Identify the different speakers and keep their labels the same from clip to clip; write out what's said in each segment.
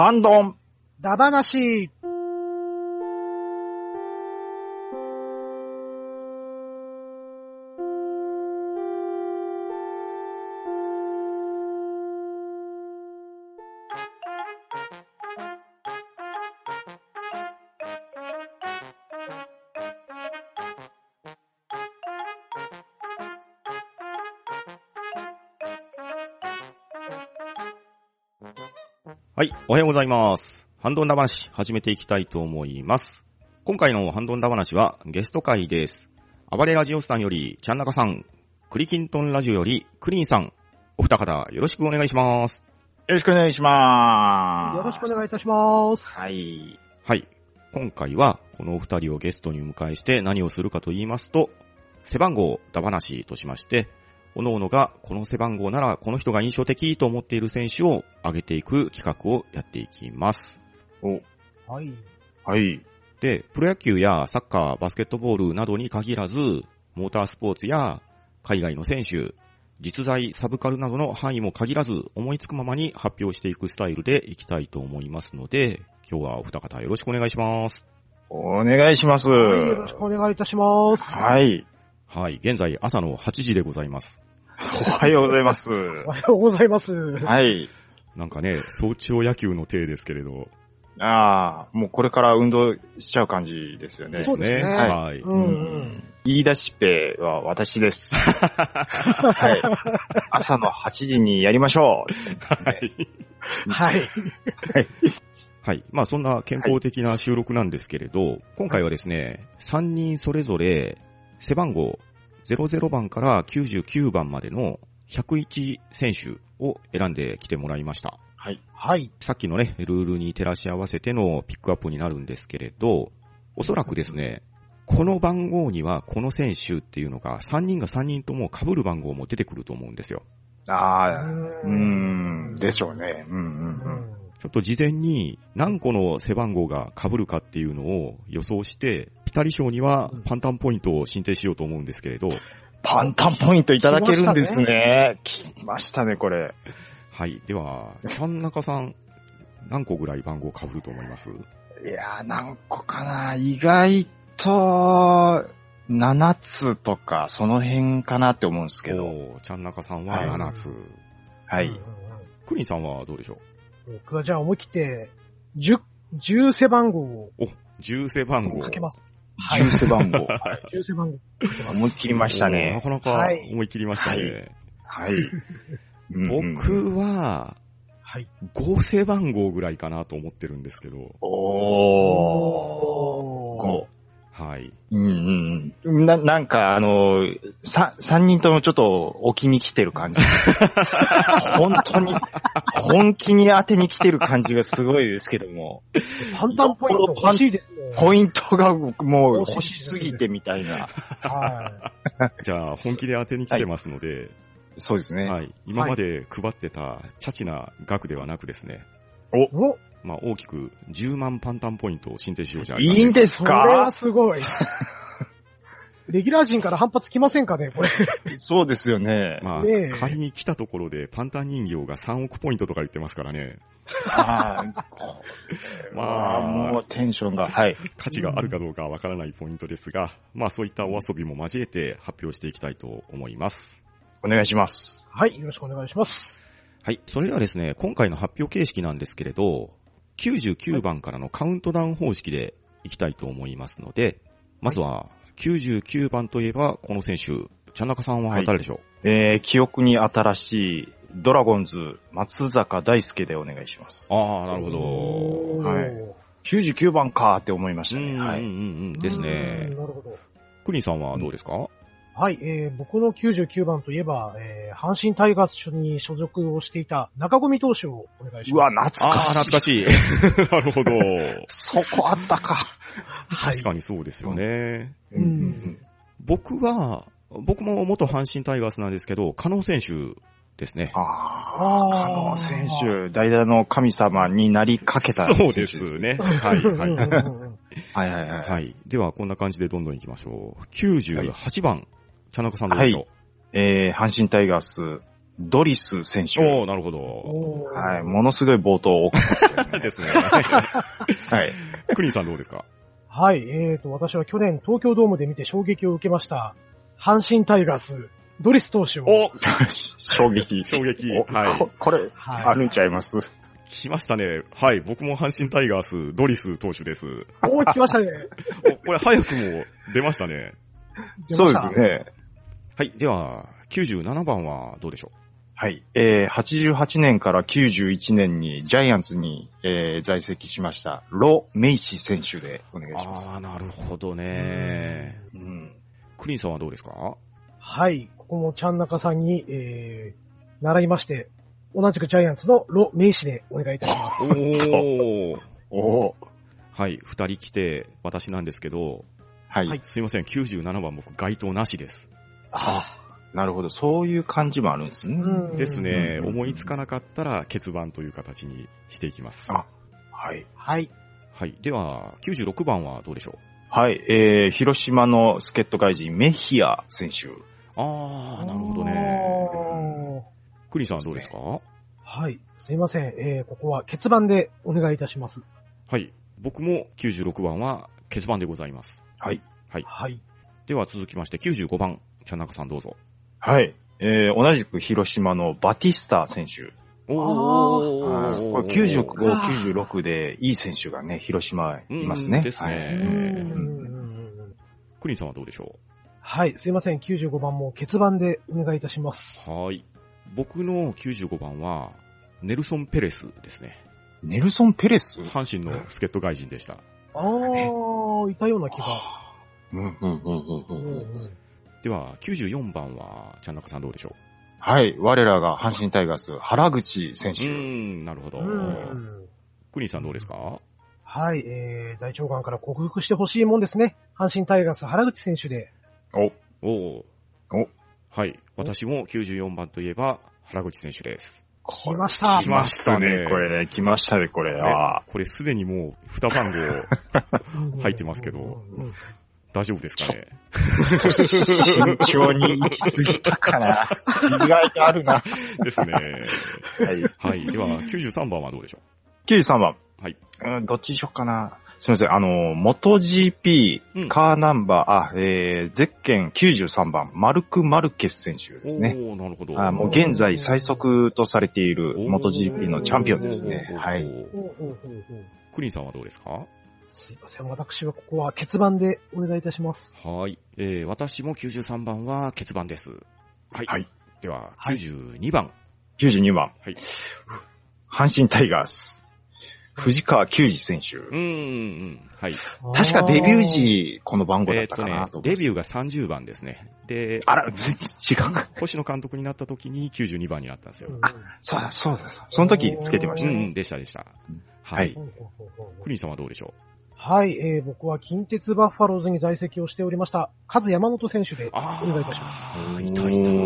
Speaker 1: ハンドン
Speaker 2: ダバナシ。
Speaker 3: はい、おはようございます。ハンドンダ話始めていきたいと思います。今回のハンドンダ話はゲスト会です。暴れラジオスさんよりちゃんなかさん、クリキントンラジオよりクリンさん、お二方よろしくお願いします。
Speaker 1: よろしくお願いします。
Speaker 2: よろしくお願いいたします。
Speaker 1: はい。
Speaker 3: はい。今回はこのお二人をゲストにお迎えして何をするかと言いますと、背番号ダ話としまして、各々がこの背番号ならこの人が印象的と思っている選手を挙げていく企画をやっていきます。
Speaker 2: はい。
Speaker 1: はい。
Speaker 3: で、プロ野球やサッカー、バスケットボールなどに限らず、モータースポーツや海外の選手、実在、サブカルなどの範囲も限らず、思いつくままに発表していくスタイルでいきたいと思いますので、今日はお二方よろしくお願いします。
Speaker 1: お願いします。
Speaker 2: はい、よろしくお願いいたします。
Speaker 1: はい。
Speaker 3: はい、現在朝の8時でございます。
Speaker 1: おはようございます。
Speaker 2: おはようございます。
Speaker 1: はい。
Speaker 3: なんかね、早朝野球の体ですけれど。
Speaker 1: ああ、もうこれから運動しちゃう感じですよね。
Speaker 2: そうですね。
Speaker 3: はい。
Speaker 1: 言い出しっぺは私です。はい。朝の8時にやりましょう。
Speaker 3: はい。
Speaker 2: はい。
Speaker 3: はい。まあそんな健康的な収録なんですけれど、今回はですね、3人それぞれ背番号00番から99番までの101選手を選んできてもらいました。
Speaker 1: はい。
Speaker 2: はい。
Speaker 3: さっきのね、ルールに照らし合わせてのピックアップになるんですけれど、おそらくですね、この番号にはこの選手っていうのが3人が3人とも被る番号も出てくると思うんですよ。
Speaker 1: ああ、でしょうね。
Speaker 3: ちょっと事前に何個の背番号が被るかっていうのを予想して、ピタリ賞にはパンタンポイントを申請しようと思うんですけれど。
Speaker 1: パンタンポイントいただけるんですね。来ましたね、これ。
Speaker 3: はい。では、ちゃんなかさん、何個ぐらい番号被ると思います？
Speaker 1: いやー、何個かな。意外と、7つとか、その辺かなって思うんですけど。
Speaker 3: ちゃんなかさんは7つ。
Speaker 1: はい。
Speaker 3: クリンさんはどうでしょ
Speaker 2: う？僕はじゃあ思い切って、10背番号を。
Speaker 3: 10背番号。
Speaker 2: かけます。
Speaker 1: 10背番号。
Speaker 2: はい。10背番号。
Speaker 1: 思い切りましたね。
Speaker 3: なかなか思い切りましたね。
Speaker 1: はい。
Speaker 3: 僕は、5背番号ぐらいかなと思ってるんですけど。
Speaker 1: 5。
Speaker 3: はい。
Speaker 1: なんか3人ともちょっと置きに来てる感じ。本当に、本気に当てに来てる感じがすごいですけども。
Speaker 2: パンタンポイント欲しいですね。
Speaker 1: ポイントがもう欲しすぎてみたいな。
Speaker 2: はい。
Speaker 3: じゃあ、本気で当てに来てますので。
Speaker 1: そうですね。
Speaker 3: はい。今まで配ってたチャチな額ではなくですね。まあ、大きく10万パンタンポイントを申請しようじゃない
Speaker 1: か。いいんですか？
Speaker 2: それはすごい。レギュラー陣から反発きませんかね、これ。
Speaker 1: そうですよね。
Speaker 3: まあ、仮に来たところでパンタン人形が3億ポイントとか言ってますからね。
Speaker 1: まあ、もうテンションが、はい。
Speaker 3: 価値があるかどうかはわからないポイントですが、まあそういったお遊びも交えて発表していきたいと思います。
Speaker 1: お願いします。
Speaker 2: はい、よろしくお願いします。
Speaker 3: はい、それではですね、今回の発表形式なんですけれど、99番からのカウントダウン方式でいきたいと思いますので、まずは99番といえばこの選手、ちゃんなかさんは誰でしょ
Speaker 1: う？記憶に新しいドラゴンズ松坂大輔でお願いします。
Speaker 3: ああ、なるほど。
Speaker 1: はい。99番かって思いましたね。はい。
Speaker 3: ですね。
Speaker 2: なるほど。
Speaker 3: クリンさんはどうですか？
Speaker 2: はい、僕の99番といえば、阪神タイガースに所属をしていた中込投手をお願いします。
Speaker 1: うわ、懐かしい。
Speaker 3: なるほど。
Speaker 1: そこあったか。
Speaker 3: 確かにそうですよね。僕も元阪神タイガースなんですけど、加納選手ですね。
Speaker 1: 加納選手、代打の神様になりかけた選手。
Speaker 3: そうですね。はい。
Speaker 1: はい。
Speaker 3: では、こんな感じでどんどん行きましょう。98番。田中さんどうでしょう？
Speaker 1: 阪神タイガース、 ドリス選手。
Speaker 3: おー、なるほど。
Speaker 1: はい。ものすごい冒頭多かったですよね。
Speaker 3: ですね。
Speaker 1: はい。
Speaker 3: クリンさんどうですか？
Speaker 2: はい、私は去年東京ドームで見て衝撃を受けました。阪神タイガース、ドリス投手を。
Speaker 1: お衝撃。
Speaker 3: 衝撃。はい。
Speaker 1: これ、はい、あるんちゃいます？
Speaker 3: 来ましたね。はい。僕も阪神タイガース、ドリス投手です。
Speaker 2: おー、来ましたね。
Speaker 3: これ早くも出ましたね。
Speaker 1: そうですね。
Speaker 3: はい。では、97番はどうでしょう？
Speaker 1: はい。88年から91年にジャイアンツに、在籍しました、ロ・メイシ選手でお願いします。
Speaker 3: ああ、なるほどね。うん。クリンさんはどうですか？
Speaker 2: はい。ここもちゃんなかさんに、習いまして、同じくジャイアンツのロ・メイシでお願いいたします。
Speaker 3: おー。はい。二人来て、私なんですけど、
Speaker 1: はい。
Speaker 3: すいません。97番僕該当なしです。
Speaker 1: ああ。なるほど。そういう感じもあるんですね。
Speaker 3: ですね。思いつかなかったら欠番という形にしていきます。
Speaker 1: あ、はい。
Speaker 2: はい。
Speaker 3: はい。では、96番はどうでしょう？
Speaker 1: はい。広島の助っ人外人、メヒア選手。
Speaker 3: ああ、なるほどね。クリンさんはどうですか？
Speaker 2: はい。すいません。ここは欠番でお願いいたします。
Speaker 3: はい。僕も96番は欠番でございます。
Speaker 1: はい。
Speaker 3: はい。
Speaker 2: はい。
Speaker 3: では続きまして95番、ちゃんなかさんどうぞ。
Speaker 1: はい。同じく広島のバティスタ選手。
Speaker 3: おー。
Speaker 1: これ95、96でいい選手がね、広島いますね。
Speaker 3: ですね。クリンさんはどうでしょう？
Speaker 2: はい。すいません。95番も欠番でお願いいたします。
Speaker 3: はい。僕の95番は、ネルソン・ペレスですね。
Speaker 1: ネルソン・ペレス？
Speaker 3: 阪神の助っ人外人でした。
Speaker 2: いたような気が。
Speaker 3: では、94番は、ちゃんなかさんどうでしょう？
Speaker 1: はい。我らが阪神タイガース、原口選手。
Speaker 3: なるほど。クリンさんどうですか？
Speaker 2: はい。大腸がんから克服してほしいもんですね。阪神タイガース、原口選手で。
Speaker 3: はい。私も94番といえば、原口選手です。
Speaker 2: 来ました。
Speaker 1: 来ましたね。これね、来ましたね、これ。
Speaker 3: これすでにもう2番号入ってますけど、大丈夫ですかね？
Speaker 1: 慎重に行き過ぎたかな。意外とあるな。
Speaker 3: ですね。
Speaker 1: はい。
Speaker 3: はい。では、93番はどうでしょう
Speaker 1: ？93番。
Speaker 3: はい。
Speaker 1: どっちにしようかな。すみません。元 GP、カーナンバー、ゼッケン93番、マルク・マルケス選手ですね。
Speaker 3: なるほど。
Speaker 1: もう現在最速とされている元 GP のチャンピオンですね。はい。
Speaker 3: クリンさんはどうですか？
Speaker 2: すいません。私はここは欠番でお願いいたします。
Speaker 3: はい。私も93番は欠番です。はい。はい。では、92番。
Speaker 1: 92番。
Speaker 3: はい。
Speaker 1: 阪神タイガース。藤川球児選手。
Speaker 3: はい。
Speaker 1: 確かデビュー時、この番号だったかなと、
Speaker 3: デビューが30番ですね。で、
Speaker 1: あら、違う。
Speaker 3: 星野監督になった時に92番になったんですよ。
Speaker 1: そうだ。その時つけてましたね。
Speaker 3: でした。はい。クリンさんはどうでしょう？
Speaker 2: はい、僕は近鉄バッファローズに在籍をしておりました、カズ山本選手でお願いいたします。
Speaker 3: いた。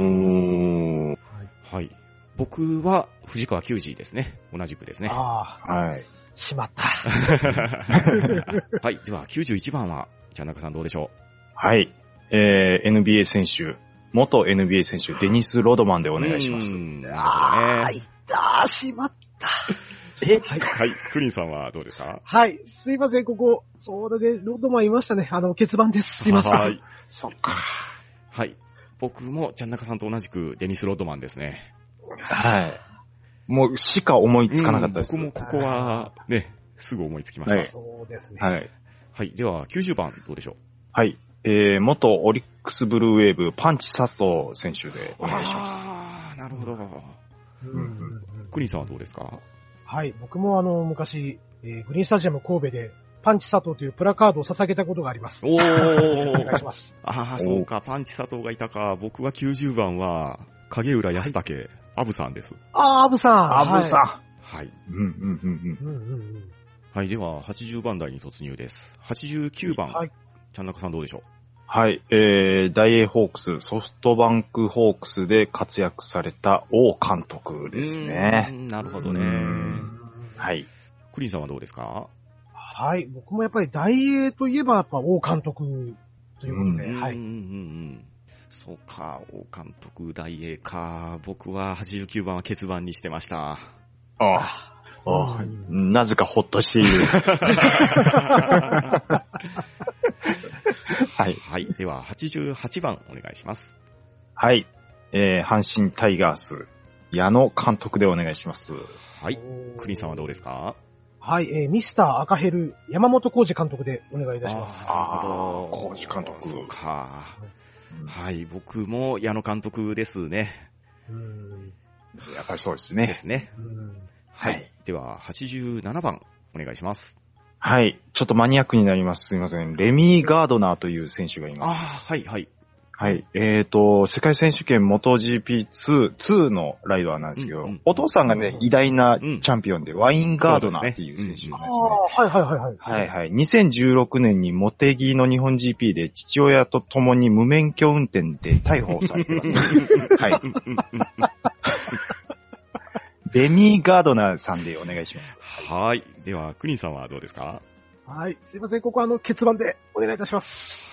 Speaker 3: はい。僕は藤川球児ですね。同じくですね。
Speaker 2: はい。しまった。
Speaker 3: はい。では、91番は、ちゃんなかさんどうでしょう？
Speaker 1: はい。NBA 選手、元 NBA 選手、デニス・ロドマンでお願いします。
Speaker 2: いた、しまった。
Speaker 3: はい。クリンさんはどうですか？
Speaker 2: はい。すいません、ここ、そうだね、ロドマンいましたね。欠番です。すいません。
Speaker 3: はい。そっか。はい。僕も、ちゃんなかさんと同じくデニス・ロドマンですね。
Speaker 1: はい。もう、しか思いつかなかったです。
Speaker 3: 僕もここは、ね、すぐ思いつきました。
Speaker 2: そうですね。
Speaker 1: はい。
Speaker 3: はい。では、90番、どうでしょう？
Speaker 1: はい。元オリックスブルーウェーブ、パンチ佐藤選手でお願いします。
Speaker 3: なるほど。クリンさんはどうですか？
Speaker 2: はい。僕も昔、グリーンスタジアム神戸で、パンチ佐藤というプラカードを捧げたことがあります。お願いします。
Speaker 3: そうか、パンチ佐藤がいたか。僕は90番は、影浦安武、アブさんです。
Speaker 2: アブさん。
Speaker 1: はい。
Speaker 3: はい。では、80番台に突入です。89番。はい。ちゃんなかさんどうでしょう？
Speaker 1: はい。ダイエーホークス、ソフトバンクホークスで活躍された王監督ですね。
Speaker 3: なるほどね。
Speaker 1: はい。
Speaker 3: クリンさんはどうですか？
Speaker 2: はい。僕もやっぱりダイエーといえばやっぱ王監督ということで、はい。
Speaker 3: そうか、王監督大英か。僕は89番は欠番にしてました。
Speaker 1: なぜかほっとしている。はい。
Speaker 3: はい。では、88番お願いします。
Speaker 1: はい。阪神タイガース、矢野監督でお願いします。
Speaker 3: はい。クリンさんはどうですか？
Speaker 2: はい、ミスター赤ヘル、山本浩二監督でお願いいたします。
Speaker 1: 浩二監督。
Speaker 3: そうか。はい。僕も矢野監督ですね。
Speaker 1: やっぱりそうですね。
Speaker 3: ですね。はい。では、87番お願いします。
Speaker 1: はい。ちょっとマニアックになります。すいません。レミー・ガードナーという選手がいます。
Speaker 3: はい、はい。
Speaker 1: はい。世界選手権元 GP2 のライダーなんですけど、お父さんがね、偉大なチャンピオンで、ワインガードナーっていう選手なんですね。はい。2016年にモテギの日本 GP で父親と共に無免許運転で逮捕されてます、ね。はい。レミー・ガードナーさんでお願いします。
Speaker 3: はい。では、クリンさんはどうですか？
Speaker 2: はい。すいません。ここは欠番でお願いいたします。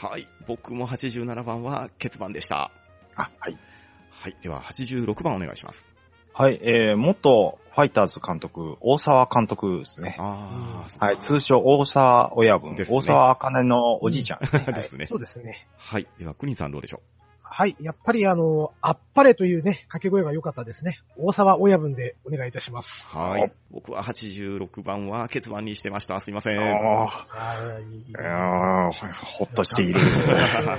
Speaker 3: はい。僕も87番は欠番でした。
Speaker 1: はい。
Speaker 3: はい。では、86番お願いします。
Speaker 1: はい。元ファイターズ監督、大沢監督ですね。
Speaker 3: はい。
Speaker 1: 通称大沢親分。大沢茜のおじいちゃん
Speaker 3: ですね。
Speaker 2: そうですね。
Speaker 3: はい。では、クリンさんどうでしょう？
Speaker 2: はい。やっぱりあっぱれというね、掛け声が良かったですね。大沢親分でお願いいたします。
Speaker 3: はい。僕は86番は欠番にしてました。すいません。
Speaker 1: ほっとしている。
Speaker 3: はい。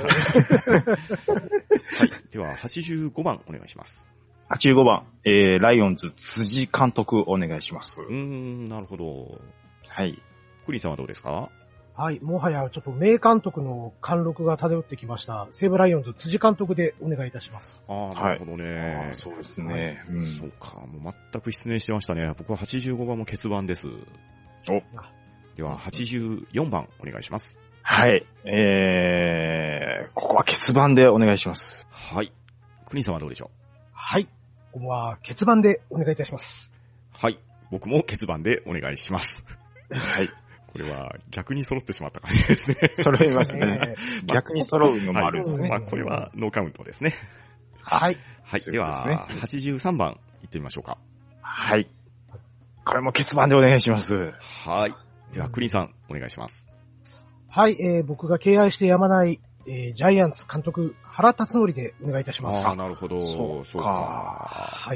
Speaker 3: では、85番お願いします。
Speaker 1: 85番、ライオンズ辻監督お願いします。
Speaker 3: なるほど。
Speaker 1: はい。
Speaker 3: クリンさんはどうですか？
Speaker 2: はい。もはやちょっと名監督の貫禄が漂ってきました。西武ライオンズ辻監督でお願いいたします。
Speaker 3: なるほどね。
Speaker 1: そうですね。
Speaker 3: そうか。もう全く失念してましたね。僕は85番も欠番です。では、84番お願いします。
Speaker 1: はい。ここは欠番でお願いします。
Speaker 3: はい。クリンさんはどうでしょう？
Speaker 2: はい。ここは欠番でお願いいたします。
Speaker 3: はい。僕も欠番でお願いします。
Speaker 1: はい。
Speaker 3: これは逆に揃ってしまった感じですね。
Speaker 1: 揃いますね。逆に揃うのもあるんですね。
Speaker 3: これはノーカウントですね。
Speaker 2: はい。
Speaker 3: はい。では、83番いってみましょうか。
Speaker 1: はい。これも欠番でお願いします。
Speaker 3: はい。では、クリンさん、お願いします。
Speaker 2: はい。僕が敬愛してやまない、ジャイアンツ監督、原辰徳でお願いいたします。
Speaker 3: なるほど。そうか。
Speaker 2: はい。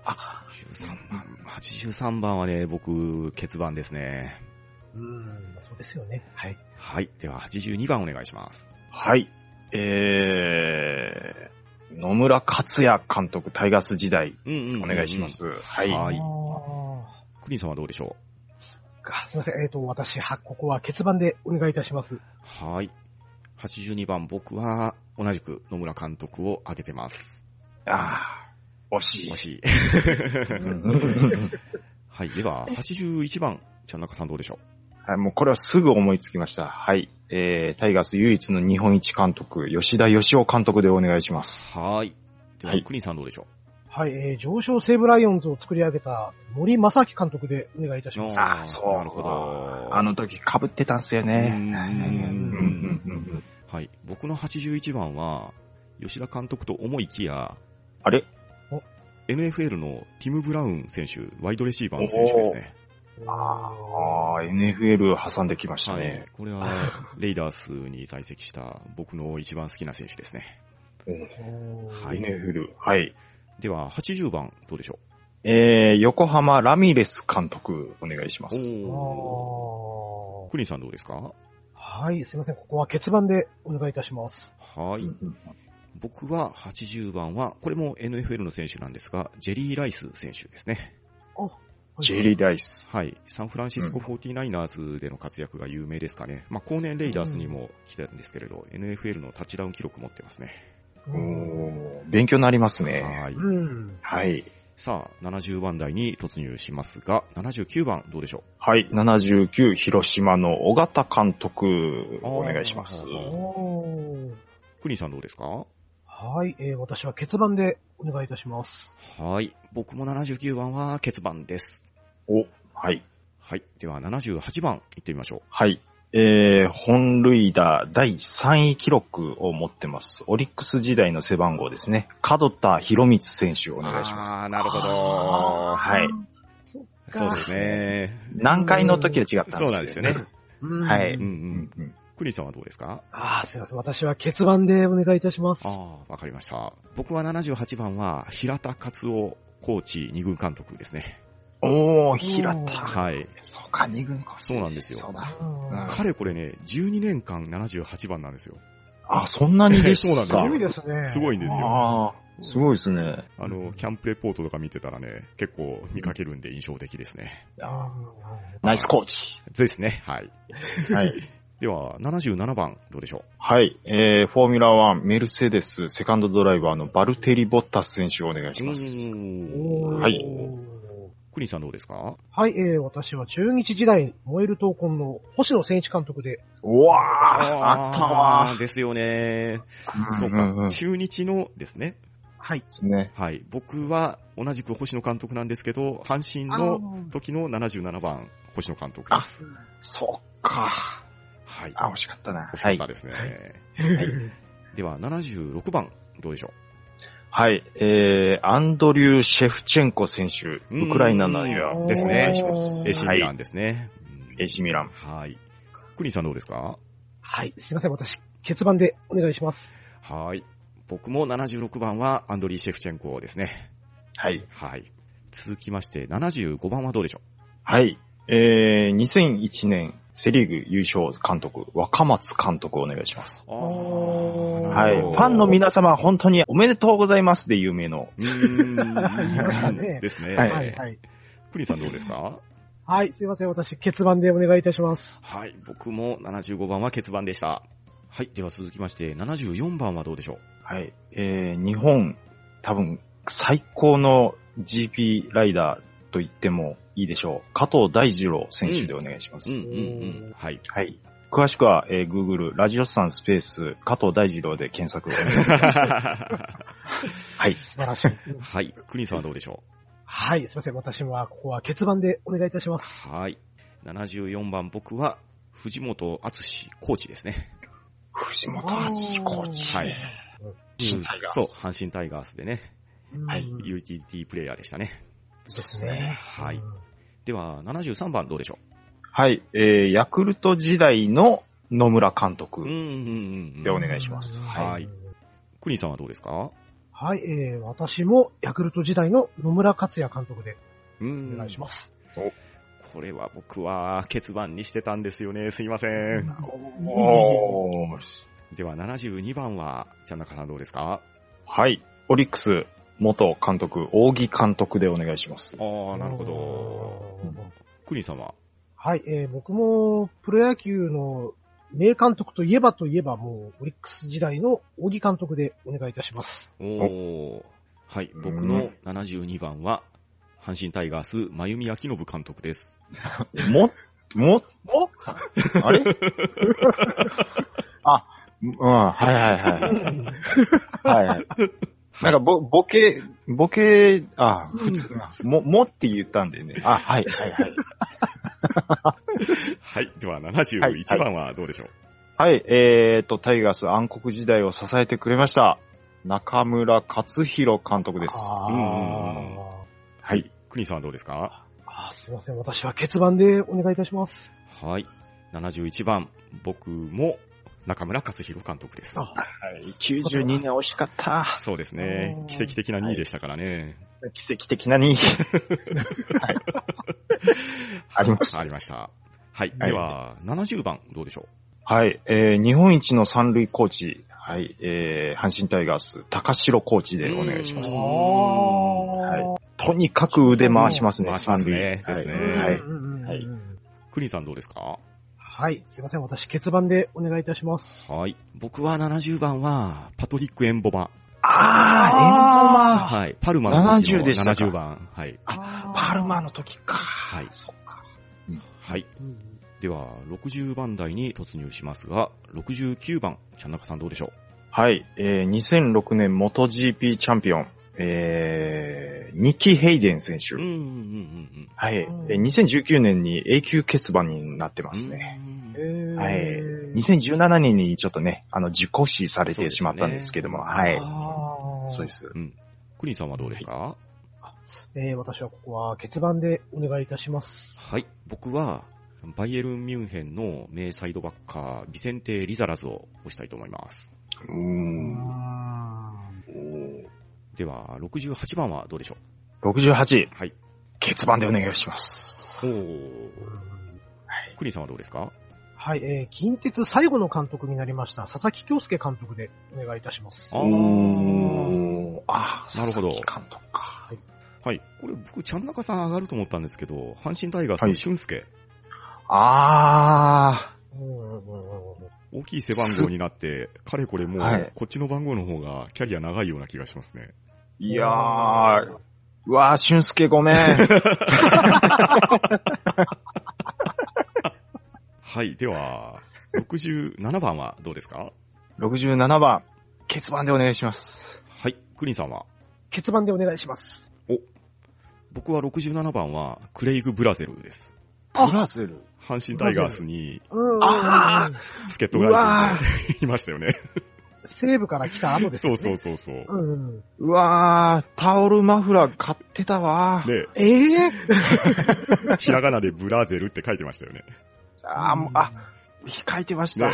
Speaker 3: 83番はね、僕、欠番ですね。
Speaker 2: そうですよね。はい。
Speaker 3: はい。では、82番お願いします。
Speaker 1: はい。野村克也監督、タイガース時代、お願いします。はい。
Speaker 3: クリンさんはどうでしょう？
Speaker 2: すみません。私、ここは欠番でお願いいたします。
Speaker 3: はい。82番、僕は同じく野村監督を挙げてます。
Speaker 1: 惜しい。
Speaker 3: 惜しい。はい。では、81番、ちゃんなかさんどうでしょう？
Speaker 1: はい、もうこれはすぐ思いつきました。はい。タイガース唯一の日本一監督、吉田義雄監督でお願いします。
Speaker 3: はい。では、クリンさんどうでしょう？
Speaker 2: はい、上昇西武ライオンズを作り上げた森正明監督でお願いいたしま
Speaker 1: す。そう。なるほど。あの時被ってたんすよね。
Speaker 3: はい。僕の81番は、吉田監督と思いきや、
Speaker 1: あれ
Speaker 3: NFL のティム・ブラウン選手、ワイドレシーバーの選手ですね。
Speaker 1: NFL 挟んできましたね。はい、
Speaker 3: これは、レイダースに在籍した僕の一番好きな選手ですね。
Speaker 1: はい。NFL。はい。
Speaker 3: では、80番、どうでしょ
Speaker 1: う？横浜ラミレス監督、お願いします。
Speaker 3: クリンさんどうですか？
Speaker 2: はい、すいません。ここは欠番でお願いいたします。
Speaker 3: はい。僕は80番は、これも NFL の選手なんですが、ジェリー・ライス選手ですね。
Speaker 1: ジェリー・ライス。
Speaker 3: はい。サンフランシスコ 49ers での活躍が有名ですかね。後年レイダースにも来たんですけれど、NFL のタッチダウン記録持ってますね。
Speaker 1: 勉強になりますね。
Speaker 3: はい。
Speaker 1: はい。
Speaker 3: さあ、70番台に突入しますが、79番どうでしょう？
Speaker 1: はい。79、広島の尾形監督、お願いします。
Speaker 3: クリンさんどうですか？
Speaker 2: はい、私は欠番でお願いいたします。
Speaker 3: はい。僕も79番は欠番です。
Speaker 1: はい。
Speaker 3: はい。では78番いってみましょう。
Speaker 1: はい。 本塁打第3位記録を持ってます。オリックス時代の背番号ですね。門田博光選手をお願いします。
Speaker 3: ああ、なるほど。
Speaker 1: はい。
Speaker 3: そうですね。
Speaker 1: 何回の時は違ったんですよね。
Speaker 3: そうなんですよね。
Speaker 1: はい。
Speaker 3: クリさんはどうですか？
Speaker 2: すいません。私は欠番でお願いいたします。
Speaker 3: わかりました。僕は78番は平田勝夫コーチ2軍監督ですね。
Speaker 1: おー、平田。
Speaker 3: はい。
Speaker 1: そうか、2軍か。
Speaker 3: そうなんですよ。
Speaker 1: そうだ。
Speaker 3: 彼これね、12年間78番なんですよ。
Speaker 1: そんなにですか？
Speaker 3: そうなんですよ。
Speaker 2: すごいですね。
Speaker 3: すごいんですよ。
Speaker 1: すごいですね。
Speaker 3: キャンプレポートとか見てたらね、結構見かけるんで印象的ですね。
Speaker 1: ナイスコーチ。
Speaker 3: そうですね。はい。
Speaker 1: はい。
Speaker 3: では、77番、どうでしょう？
Speaker 1: はい。フォーミュラ1、メルセデス、セカンドドライバーのバルテリ・ボッタス選手をお願いします。はい。
Speaker 3: クリさんどうですか？
Speaker 2: はい、私は中日時代燃える闘魂の星野千一監督で。
Speaker 1: うわー、あったわー。
Speaker 3: ですよね。そうか、中日のですね。
Speaker 2: はい。
Speaker 1: ですね。
Speaker 3: はい。僕は同じく星野監督なんですけど、阪神の時の77番、星野監督です。
Speaker 1: そっか。
Speaker 3: はい。
Speaker 1: 惜しかったな。
Speaker 3: 惜しかったですね。はい。では、76番、どうでしょう？
Speaker 1: はい。アンドリュー・シェフチェンコ選手、ウクライナの
Speaker 3: ですね。AC ミランですね。
Speaker 1: AC ミラン。
Speaker 3: はい。クリンさんどうですか？
Speaker 2: はい。すいません。私、欠番でお願いします。
Speaker 3: はい。僕も76番はアンドリー・シェフチェンコですね。
Speaker 1: はい。
Speaker 3: はい。続きまして、75番はどうでしょう？
Speaker 1: はい。2001年セリーグ優勝監督、若松監督をお願いします。はい。ファンの皆様、本当におめでとうございますで有名の。
Speaker 3: ですね。
Speaker 2: はい。はい。
Speaker 3: クリさんどうですか？
Speaker 2: はい。すいません。私、欠番でお願いいたします。
Speaker 3: はい。僕も75番は欠番でした。はい。では続きまして、74番はどうでしょう？
Speaker 1: はい。日本、多分、最高の GP ライダーと言ってもいいでしょう。加藤大二郎選手でお願いします。
Speaker 3: はい。
Speaker 1: はい。詳しくは、Google、ラジオスさんスペース、加藤大二郎で検索をお願いします。はい。
Speaker 2: 素晴らしい。
Speaker 3: はい。クリンさんはどうでしょう？
Speaker 2: はい。すいません。私は、ここは欠番でお願いいたします。
Speaker 3: はい。74番、僕は、藤本敦コーチですね。
Speaker 1: 藤本敦コーチ。
Speaker 3: はい。そう、阪神タイガースでね。はい。ユーティリティプレイヤーでしたね。
Speaker 2: そうですね。
Speaker 3: はい。では、73番どうでしょう？
Speaker 1: はい。ヤクルト時代の野村監督でお願いします。
Speaker 3: はい。クリンさんはどうですか？
Speaker 2: はい。私もヤクルト時代の野村克也監督でお願いします。
Speaker 3: これは僕は欠番にしてたんですよね。すいません。では72番は、ちゃんなかさんどうですか？
Speaker 1: はい。オリックス元監督、扇監督でお願いします。
Speaker 3: なるほど。クリンさんは？
Speaker 2: はい。僕もプロ野球の名監督といえばもうオリックス時代の扇監督でお願いいたします。
Speaker 3: はい。僕の72番は、阪神タイガース、真弓明信監督です。
Speaker 1: あれはいはい。なんかボケ、普通、もって言ったんでね。はい。
Speaker 3: はい。では、71番はどうでしょう？
Speaker 1: はい。タイガース暗黒時代を支えてくれました。中村克弘監督です。
Speaker 3: はい。クリンさんはどうですか？
Speaker 2: すいません。私は欠番でお願いいたします。
Speaker 3: はい。71番、僕も中村克弘監督です。
Speaker 1: はい。92年惜しかった。
Speaker 3: そうですね。奇跡的な2位でしたからね。
Speaker 1: 奇跡的な2位。はい。ありました。
Speaker 3: はい。では、70番、どうでしょう？
Speaker 1: はい。日本一の三塁コーチ、はい。阪神タイガース、高城コーチでお願いします。はい。とにかく腕回しますね、三塁。
Speaker 3: ですね。はい。クリンさんどうですか？
Speaker 2: はい。すいません。私、欠番でお願いいたします。
Speaker 3: はい。僕は70番は、パトリック・エンボマ。
Speaker 1: エンボマ。
Speaker 3: はい。パルマの時の70番。はい。
Speaker 1: パルマの時か。
Speaker 3: はい。
Speaker 1: そっか。
Speaker 3: はい。では、60番台に突入しますが、69番、ちゃんなかさんどうでしょう？
Speaker 1: はい。2006年元 GP チャンピオン、ニキ・ヘイデン選手。はい。2019年に永久欠番になってますね。 はい。2017年にちょっとね、自己死されてしまったんですけども、はい。そうです。
Speaker 3: うん。クリンさんはどうですか？
Speaker 2: 私はここは欠番でお願いいたします。
Speaker 3: はい。僕は、バイエルンミュンヘンの名サイドバッカー、ビセンテ・リザラズを押したいと思います。では、68番はどうでしょ
Speaker 1: う？ 68。
Speaker 3: はい。
Speaker 1: 欠番でお願いします。
Speaker 3: はい。クリンさんはどうですか？
Speaker 2: はい、近鉄最後の監督になりました、佐々木京介監督でお願いいたします。
Speaker 3: なるほど。
Speaker 1: 佐々木監督か。
Speaker 3: はい。はい。これ僕、ちゃんなかさん上がると思ったんですけど、阪神タイガースの俊介。
Speaker 1: はい、
Speaker 3: 大きい背番号になって、かれこれもう、こっちの番号の方がキャリア長いような気がしますね。
Speaker 1: いやー、うわー、俊介ごめん。
Speaker 3: はい。では、67番はどうですか？
Speaker 1: 67番、欠番でお願いします。
Speaker 3: はい。クリンさんは？
Speaker 2: 欠番でお願いします。
Speaker 3: 僕は67番は、クレイグ・ブラゼルです。
Speaker 1: ブラゼル？
Speaker 3: 阪神タイガースに、助っ人
Speaker 1: が
Speaker 3: いましたよね。
Speaker 2: 西部から来た後ですね。
Speaker 3: そう。
Speaker 1: うわー、タオルマフラー買ってたわー。
Speaker 3: ねひらがなでブラゼルって書いてましたよね。
Speaker 1: 書いてました。
Speaker 3: ね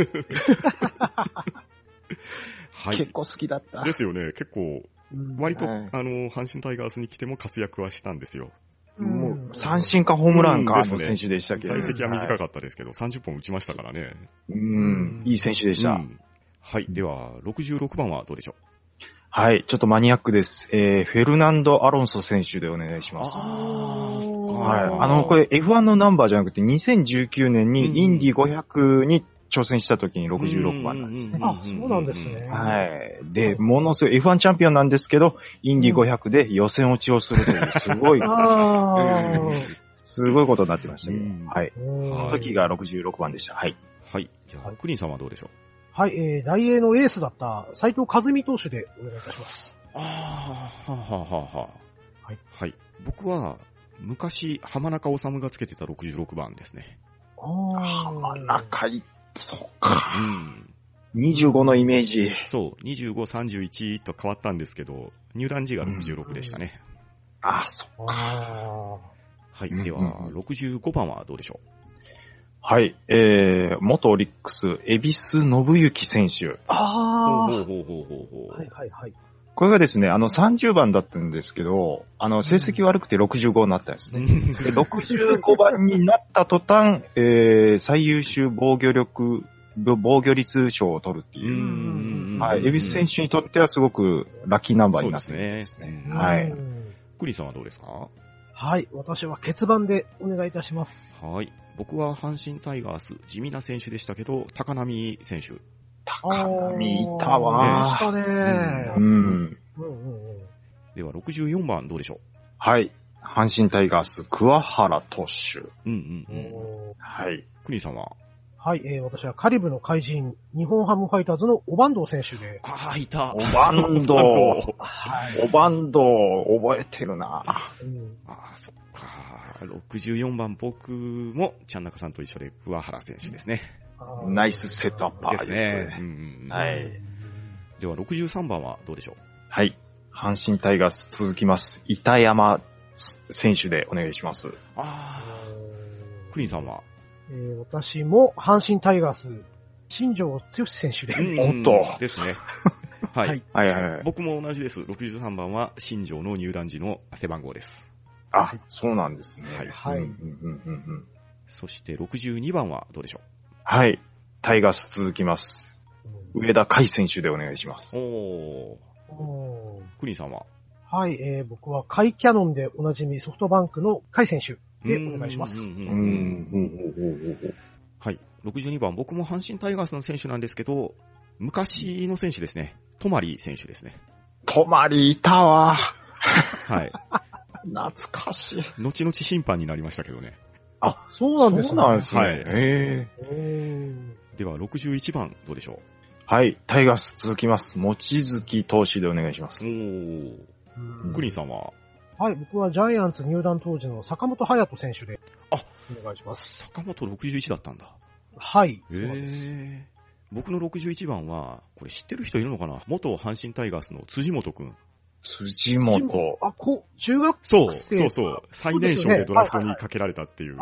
Speaker 3: はい、
Speaker 1: 結構好きだった。
Speaker 3: ですよね。結構、割と、阪神タイガースに来ても活躍はしたんですよ。
Speaker 1: もう、三振かホームランかの選手でしたけど。
Speaker 3: 在籍は短かったですけど、30本打ちましたからね。
Speaker 1: いい選手でした。
Speaker 3: はい。では、66番はどうでしょう？
Speaker 1: はい。ちょっとマニアックです。フェルナンド・アロンソ選手でお願いします。はい。これ F1 のナンバーじゃなくて、2019年にインディ500に挑戦した時に66番なんですね。
Speaker 2: そうなんですね。
Speaker 1: はい。で、ものすごい F1 チャンピオンなんですけど、インディ500で予選落ちをするという、すごい、すごいことになってましたけど、はい。その時が66番でした。はい。
Speaker 3: はい。じゃあ、クリンさんはどうでしょう？
Speaker 2: はい、大英のエースだった斉藤和美投手でお願いいたします。
Speaker 3: はい。僕は、昔、浜中治がつけてた66番ですね。
Speaker 1: 浜中そうか。25のイメージ。
Speaker 3: そう、25、31と変わったんですけど、入団時が66でしたね。
Speaker 1: そっか。
Speaker 3: はい。では、65番はどうでしょう？
Speaker 1: はい。元オリックス、恵比寿信之選手。これがですね、30番だったんですけど、成績悪くて65になったんですね。で65番になった途端、最優秀防御率賞を取るっていう。はい。恵比寿選手にとってはすごくラッキーナンバーになってるんですね。はい。
Speaker 3: クリンさんはどうですか？
Speaker 2: はい。私は欠番でお願いいたします。
Speaker 3: はい。僕は阪神タイガース、地味な選手でしたけど、高波選手。
Speaker 1: 高波いたわ。
Speaker 2: いましたね。
Speaker 3: では、64番どうでしょう？
Speaker 1: はい。阪神タイガース、桑原投手。はい。
Speaker 3: クリンさんは？
Speaker 2: はい。私はカリブの怪人、日本ハムファイターズのオバンド選手で。
Speaker 3: いた。
Speaker 1: オバンド。オバンド、覚えてるな。
Speaker 3: そっか。64番僕も、ちゃんなかさんと一緒で、桑原選手ですね。
Speaker 1: ナイスセットアッパー
Speaker 3: ですね。
Speaker 1: はい。
Speaker 3: では、63番はどうでしょう？
Speaker 1: はい。阪神タイガース続きます。板山選手でお願いします。
Speaker 3: クリンさんは？
Speaker 2: 私も阪神タイガース、新庄剛志選手で。
Speaker 1: おっと。
Speaker 3: ですね。はい。僕も同じです。63番は新庄の入団時の背番号です。
Speaker 1: そうなんですね。
Speaker 2: はい。
Speaker 3: そして62番はどうでしょう？
Speaker 1: はい。タイガース続きます。上田海選手でお願いします。
Speaker 3: クリンさんは？
Speaker 2: はい。僕はカイキャノンでおなじみソフトバンクの海選手でお願いします。
Speaker 3: はい。62番、僕も阪神タイガースの選手なんですけど、昔の選手ですね。泊選手ですね。
Speaker 1: 泊いたわ。
Speaker 3: はい。
Speaker 1: 懐かしい。
Speaker 3: 後々審判になりましたけどね。
Speaker 2: そうなんですね。
Speaker 1: そうなんですね。
Speaker 3: はい。では、61番、どうでしょう？
Speaker 1: はい。タイガース続きます。望月投手でお願いします。
Speaker 3: クリンさんは？
Speaker 2: はい。僕はジャイアンツ入団当時の坂本勇人選手で。お願いします。
Speaker 3: 坂本61だったんだ。
Speaker 2: はい。
Speaker 3: 僕の61番は、これ知ってる人いるのかな？元阪神タイガースの辻本くん。
Speaker 1: 辻本。
Speaker 2: あ、中学
Speaker 3: 生
Speaker 2: そう。
Speaker 3: 最年少でドラフトにかけられたっていう。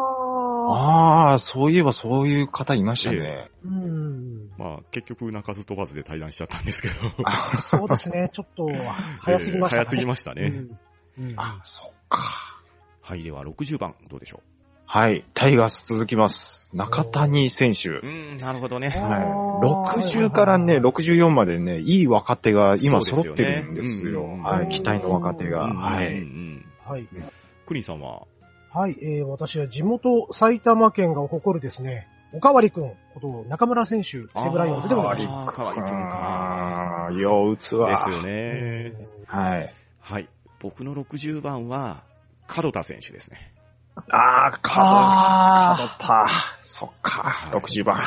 Speaker 1: そういえばそういう方いましたね。
Speaker 3: まあ、結局鳴かず飛ばずで対談しちゃったんですけど。
Speaker 2: そうですね。ちょっと、早すぎましたね。
Speaker 3: 早すぎましたね。
Speaker 1: そっか。
Speaker 3: はい、では60番、どうでしょう？
Speaker 1: はい、タイガース続きます。中谷選手。
Speaker 3: なるほどね。
Speaker 1: はい。60からね、64までね、いい若手が今揃ってるんですよ。はい、期待の若手が。はい。
Speaker 2: はい。
Speaker 3: クリンさんは？
Speaker 2: はい、私は地元埼玉県が誇るですね、おかわりくんこと中村選手、西武ライオンズでもあります。
Speaker 3: おかわりくんか。
Speaker 1: よ、器。
Speaker 3: ですよね。
Speaker 1: はい。
Speaker 3: はい。僕の60番は、門田選手ですね。
Speaker 1: 門田。そっか、60番。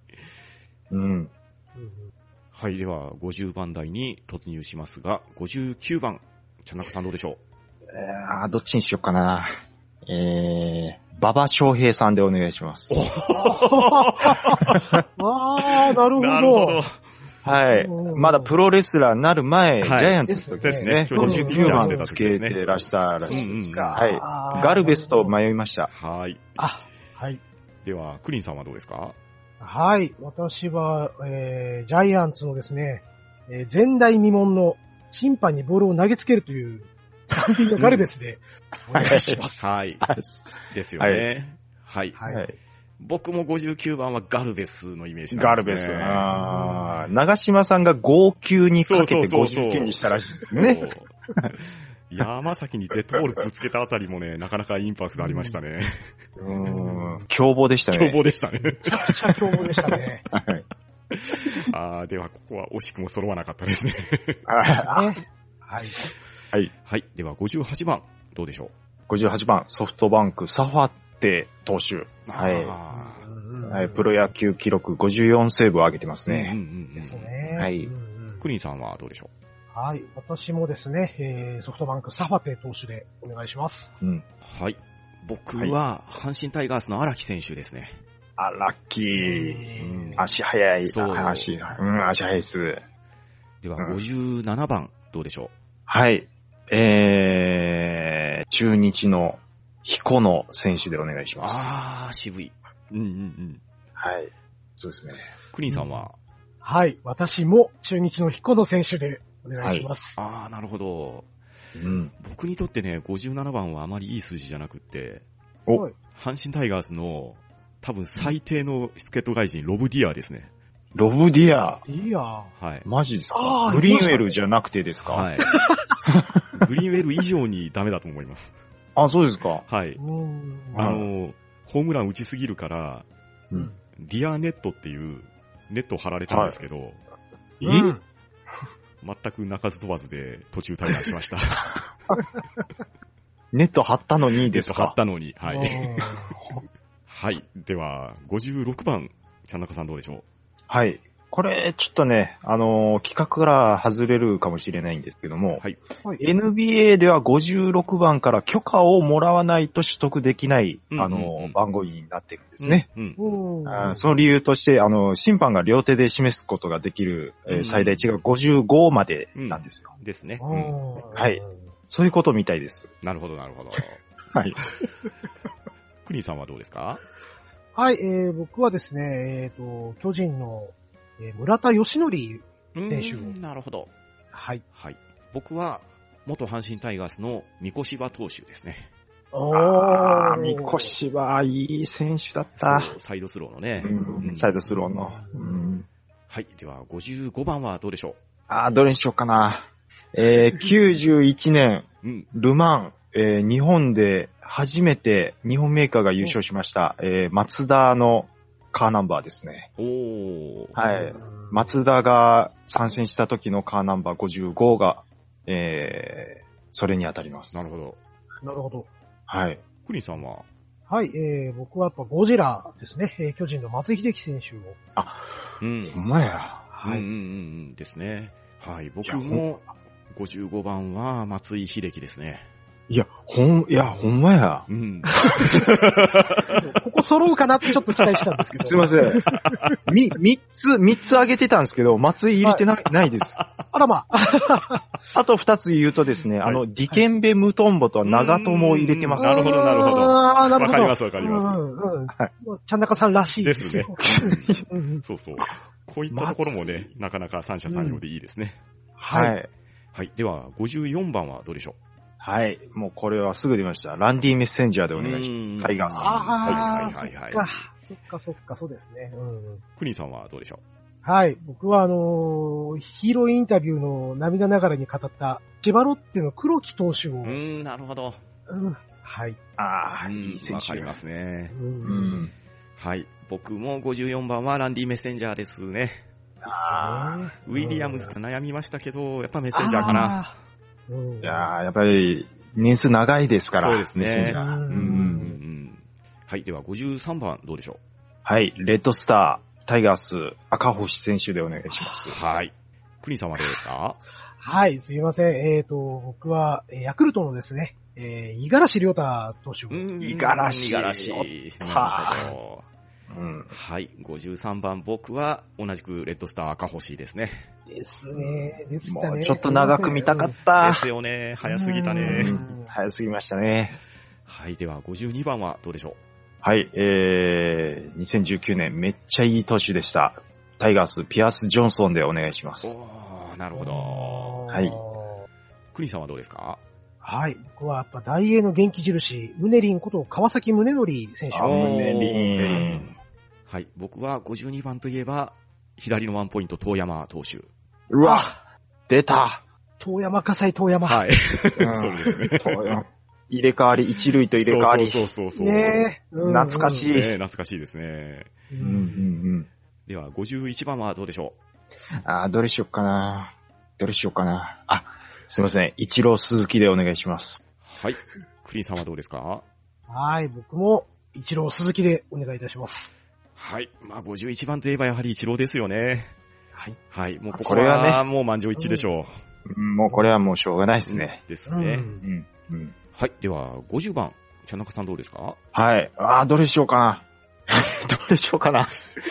Speaker 3: はい、では50番台に突入しますが、59番、茶中さんどうでしょ
Speaker 1: う？どっちにしようかな。馬場翔平さんでお願いします。
Speaker 2: なるほど。
Speaker 1: はい。まだプロレスラーになる前、ジャイアンツ
Speaker 3: ですね。
Speaker 1: 59番つけてらしたらしいです。はい。ガルベスと迷いました。
Speaker 3: はい。
Speaker 2: はい。
Speaker 3: では、クリンさんはどうですか？
Speaker 2: はい。私は、ジャイアンツのですね、前代未聞の審判にボールを投げつけるという、完璧なガルベスでお願いします。
Speaker 3: はい。ですよね。はい。僕も59番はガルベスのイメージなんですね。
Speaker 1: ガルベス。長嶋さんが号泣にかけて59にしたらしいですね。
Speaker 2: 山
Speaker 3: 崎にデッドボールぶつけたあたりもね、なかなかインパクトありましたね。
Speaker 1: 凶暴でしたね。
Speaker 3: 凶暴でしたね。
Speaker 2: めちゃくちゃ凶暴でしたね。
Speaker 3: ではここは惜しくも揃わなかったですね。
Speaker 2: はい。
Speaker 3: では58番、どうでしょ
Speaker 1: う？ 58番、ソフトバンク、サファテ投手。はい。プロ野球記録54セーブを上げてますね。
Speaker 2: ですね。
Speaker 1: はい。
Speaker 3: クリンさんはどうでしょ
Speaker 2: う？はい。私もですね、ソフトバンク、サファテ投手でお願いします。
Speaker 3: はい。僕は、阪神タイガースの荒木選手ですね。
Speaker 1: 荒木。足速い。足速いです。
Speaker 3: では、57番、どうでしょう？
Speaker 1: はい。中日の彦野選手でお願いしま
Speaker 3: す。渋い。
Speaker 1: はい。そうですね。
Speaker 3: クリンさんは？
Speaker 2: はい。私も中日の彦野選手でお願いします。
Speaker 3: なるほど。僕にとってね、57番はあまりいい数字じゃなくって、阪神タイガースの多分最低の助っ人外人、ロブディアですね。
Speaker 1: ロブディア。
Speaker 3: はい。
Speaker 1: マジですか？グリーンウェルじゃなくてですか？
Speaker 3: はい。グリーンウェル以上にダメだと思います。
Speaker 1: そうですか？
Speaker 3: はい。ホームラン打ちすぎるから、ディアネットっていうネットを張られたんですけど、全く鳴かず飛ばずで途中退団しました。
Speaker 1: ネット張ったのにですか？
Speaker 3: ネット張ったのに、はい。はい。では、56番、ちゃんなかさんどうでしょう？
Speaker 1: はい。これ、ちょっとね、企画から外れるかもしれないんですけども、NBA では56番から許可をもらわないと取得できない、番号になっているんですね。その理由として、審判が両手で示すことができる、最大値が55までなんですよ。
Speaker 3: ですね。
Speaker 1: はい。そういうことみたいです。
Speaker 3: なるほど、なるほど。
Speaker 1: はい。
Speaker 3: クリンさんはどうですか？
Speaker 2: はい、僕はですね、巨人の村田義則選手を。
Speaker 3: なるほど。
Speaker 2: はい。
Speaker 3: はい。僕は、元阪神タイガースの三越柴投手ですね。
Speaker 1: 三越柴、いい選手だった。
Speaker 3: サイドスローのね。
Speaker 1: サイドスローの。
Speaker 3: はい。では、55番はどうでしょ
Speaker 1: う？どれにしようかな。91年、ルマン、日本で初めて日本メーカーが優勝しました、マツダのカーナンバーですね。はい。マツダが参戦した時のカーナンバー55が、それに当たります。
Speaker 2: なるほど。
Speaker 1: はい。
Speaker 3: クリンさんは？
Speaker 2: はい、僕はやっぱゴジラですね。巨人の松井秀喜選手を。
Speaker 1: ほんまや。
Speaker 3: はい。ですね。はい。僕も55番は松井秀喜ですね。
Speaker 1: いや、ほんまや。
Speaker 3: うん。
Speaker 2: ここ揃うかなってちょっと期待したんですけど。
Speaker 1: すいません。三つ挙げてたんですけど、松井入れてないです。
Speaker 2: あらまあ。
Speaker 1: あと二つ言うとですね、
Speaker 3: はい
Speaker 1: ディケンベムトンボと長友を入れてます。
Speaker 3: なるほど、なるほど。
Speaker 2: ああ、なるほど。
Speaker 3: わかります、わかります。
Speaker 1: はい
Speaker 2: ちゃんなかさんらしい
Speaker 3: ですね。
Speaker 2: うん
Speaker 3: そうそう。こういったところもね、なかなか三者三様でいいですね。
Speaker 1: はい。
Speaker 3: はい。では、54番はどうでしょ
Speaker 1: はい。もうこれはすぐ出ました。ランディメッセンジャーでお
Speaker 3: う
Speaker 1: 願いします。タイガース。
Speaker 2: ああ、
Speaker 3: はいはいはいはい
Speaker 2: そっか、そうですね。
Speaker 3: クリンさんはどうでしょ
Speaker 2: はい。僕はヒーローインタビューの涙ながらに語った、千葉ロッテの黒木投手を。
Speaker 3: なるほど。
Speaker 2: はい。
Speaker 1: ああ、いい選手。
Speaker 3: わかりますね。はい。僕も54番はランディメッセンジャーですね。ウィリアムズと悩みましたけど、やっぱメッセンジャーかな。
Speaker 1: いやー、やっぱり年数長いですから。
Speaker 3: そうですね。
Speaker 1: メッセンジャー。
Speaker 3: はい。では53番どうでしょう。
Speaker 1: はい。レッドスター、タイガース、赤星選手でお願いします。
Speaker 3: はい。クリンさんはどうですか？
Speaker 2: はい、すいません。僕は、ヤクルトのですね、五十嵐亮太投手。
Speaker 1: 五十嵐。
Speaker 3: なるほど。はい。53番、僕は同じくレッドスター赤星ですね。
Speaker 2: ですね。でしたね。
Speaker 1: もうちょっと長く見たかった。
Speaker 3: ですよね。早すぎたね。
Speaker 1: 早すぎましたね。
Speaker 3: はい。では、52番はどうでしょう？
Speaker 1: はい。2019年めっちゃいい年でした。タイガース、ピアス・ジョンソンでお願いします。
Speaker 3: なるほど。
Speaker 1: はい。
Speaker 3: クリンさんはどうですか？
Speaker 2: はい。僕はやっぱ大英の元気印、ムネリンこと川崎宗則選手。
Speaker 1: ムネリン。
Speaker 3: はい。僕は52番といえば、左のワンポイント、遠山投手。
Speaker 1: うわ出た
Speaker 2: 遠山葛西遠山。
Speaker 3: はい。そうですね。
Speaker 1: 入れ替わり、一塁と入れ替わり。
Speaker 3: そう。
Speaker 2: ね
Speaker 1: 懐かしい。
Speaker 3: 懐かしいですね。では、51番はどうでしょ
Speaker 1: う？どれしよっかな。すいません。一郎鈴木でお願いします。
Speaker 3: はい。クリーンさんはどうですか？
Speaker 2: はい。僕も一郎鈴木でお願いいたします。
Speaker 3: はい。まあ、51番といえばやはり一郎ですよね。
Speaker 2: はい。
Speaker 3: はい。もうこれはね、もう満場一致でしょ
Speaker 1: う。もうこれはもうしょうがないですね。
Speaker 3: ですね。はい。では、50番。茶中さんどうですか？
Speaker 1: はい。どれしようかな。どれしようかな。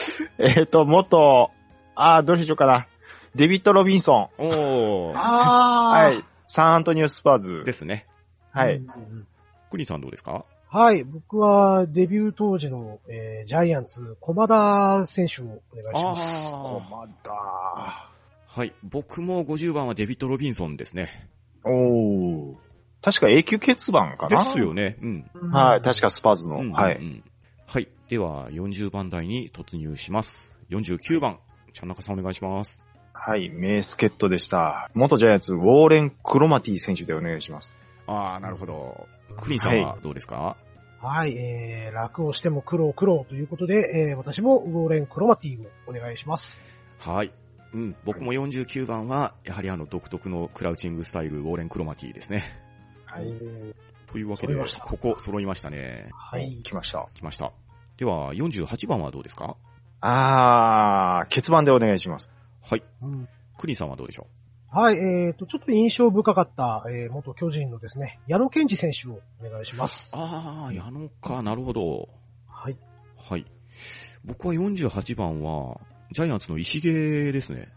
Speaker 1: どれしようかな。デビッド・ロビンソン。はい。サンアントニオスパーズ。
Speaker 3: ですね。
Speaker 1: はい。
Speaker 3: クリンさんどうですか？
Speaker 2: はい。僕はデビュー当時の、ジャイアンツ、駒田選手をお願いします。
Speaker 1: 駒田。
Speaker 3: はい。僕も50番はデビッド・ロビンソンですね。
Speaker 1: 確か永久欠番かな
Speaker 3: ですよね。
Speaker 1: はい。確かスパーズの。はい。
Speaker 3: はい。では、40番台に突入します。49番。茶中さんお願いします。
Speaker 1: はい。名助っ人でした。元ジャイアンツ、ウォーレン・クロマティ選手でお願いします。
Speaker 3: なるほど。クリンさんはどうですか？
Speaker 2: はい。楽をしても苦労ということで、私もウォーレン・クロマティをお願いします。
Speaker 3: はい。僕も49番は、やはり独特のクラウチングスタイル、ウォーレン・クロマティですね。
Speaker 1: はい。
Speaker 3: というわけで、ここ揃いましたね。
Speaker 1: はい。来ました。
Speaker 3: では、48番はどうですか？
Speaker 1: 欠番でお願いします。
Speaker 3: はい。クリンさんはどうでしょ
Speaker 2: う？はい、ちょっと印象深かった、元巨人のですね、矢野健二選手をお願いします。
Speaker 3: 矢野か、なるほど。
Speaker 2: はい。
Speaker 3: はい。僕は48番は、ジャイアンツの石毛ですね。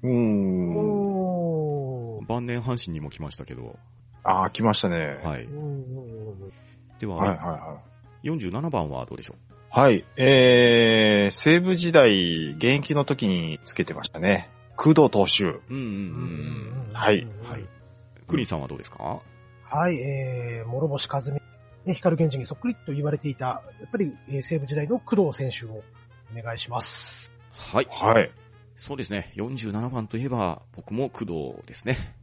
Speaker 3: 晩年阪神にも来ましたけど。
Speaker 1: 来ましたね。
Speaker 3: はい。では、47番はどうでしょう？
Speaker 1: はい。西武時代、現役の時につけてましたね。工藤投手。はい。
Speaker 3: クリンさんはどうですか？
Speaker 2: はい、諸星和美、光源氏にそっくりと言われていた、やっぱり、西武時代の工藤選手をお願いします。
Speaker 3: はい。そうですね。47番といえば、僕も工藤ですね。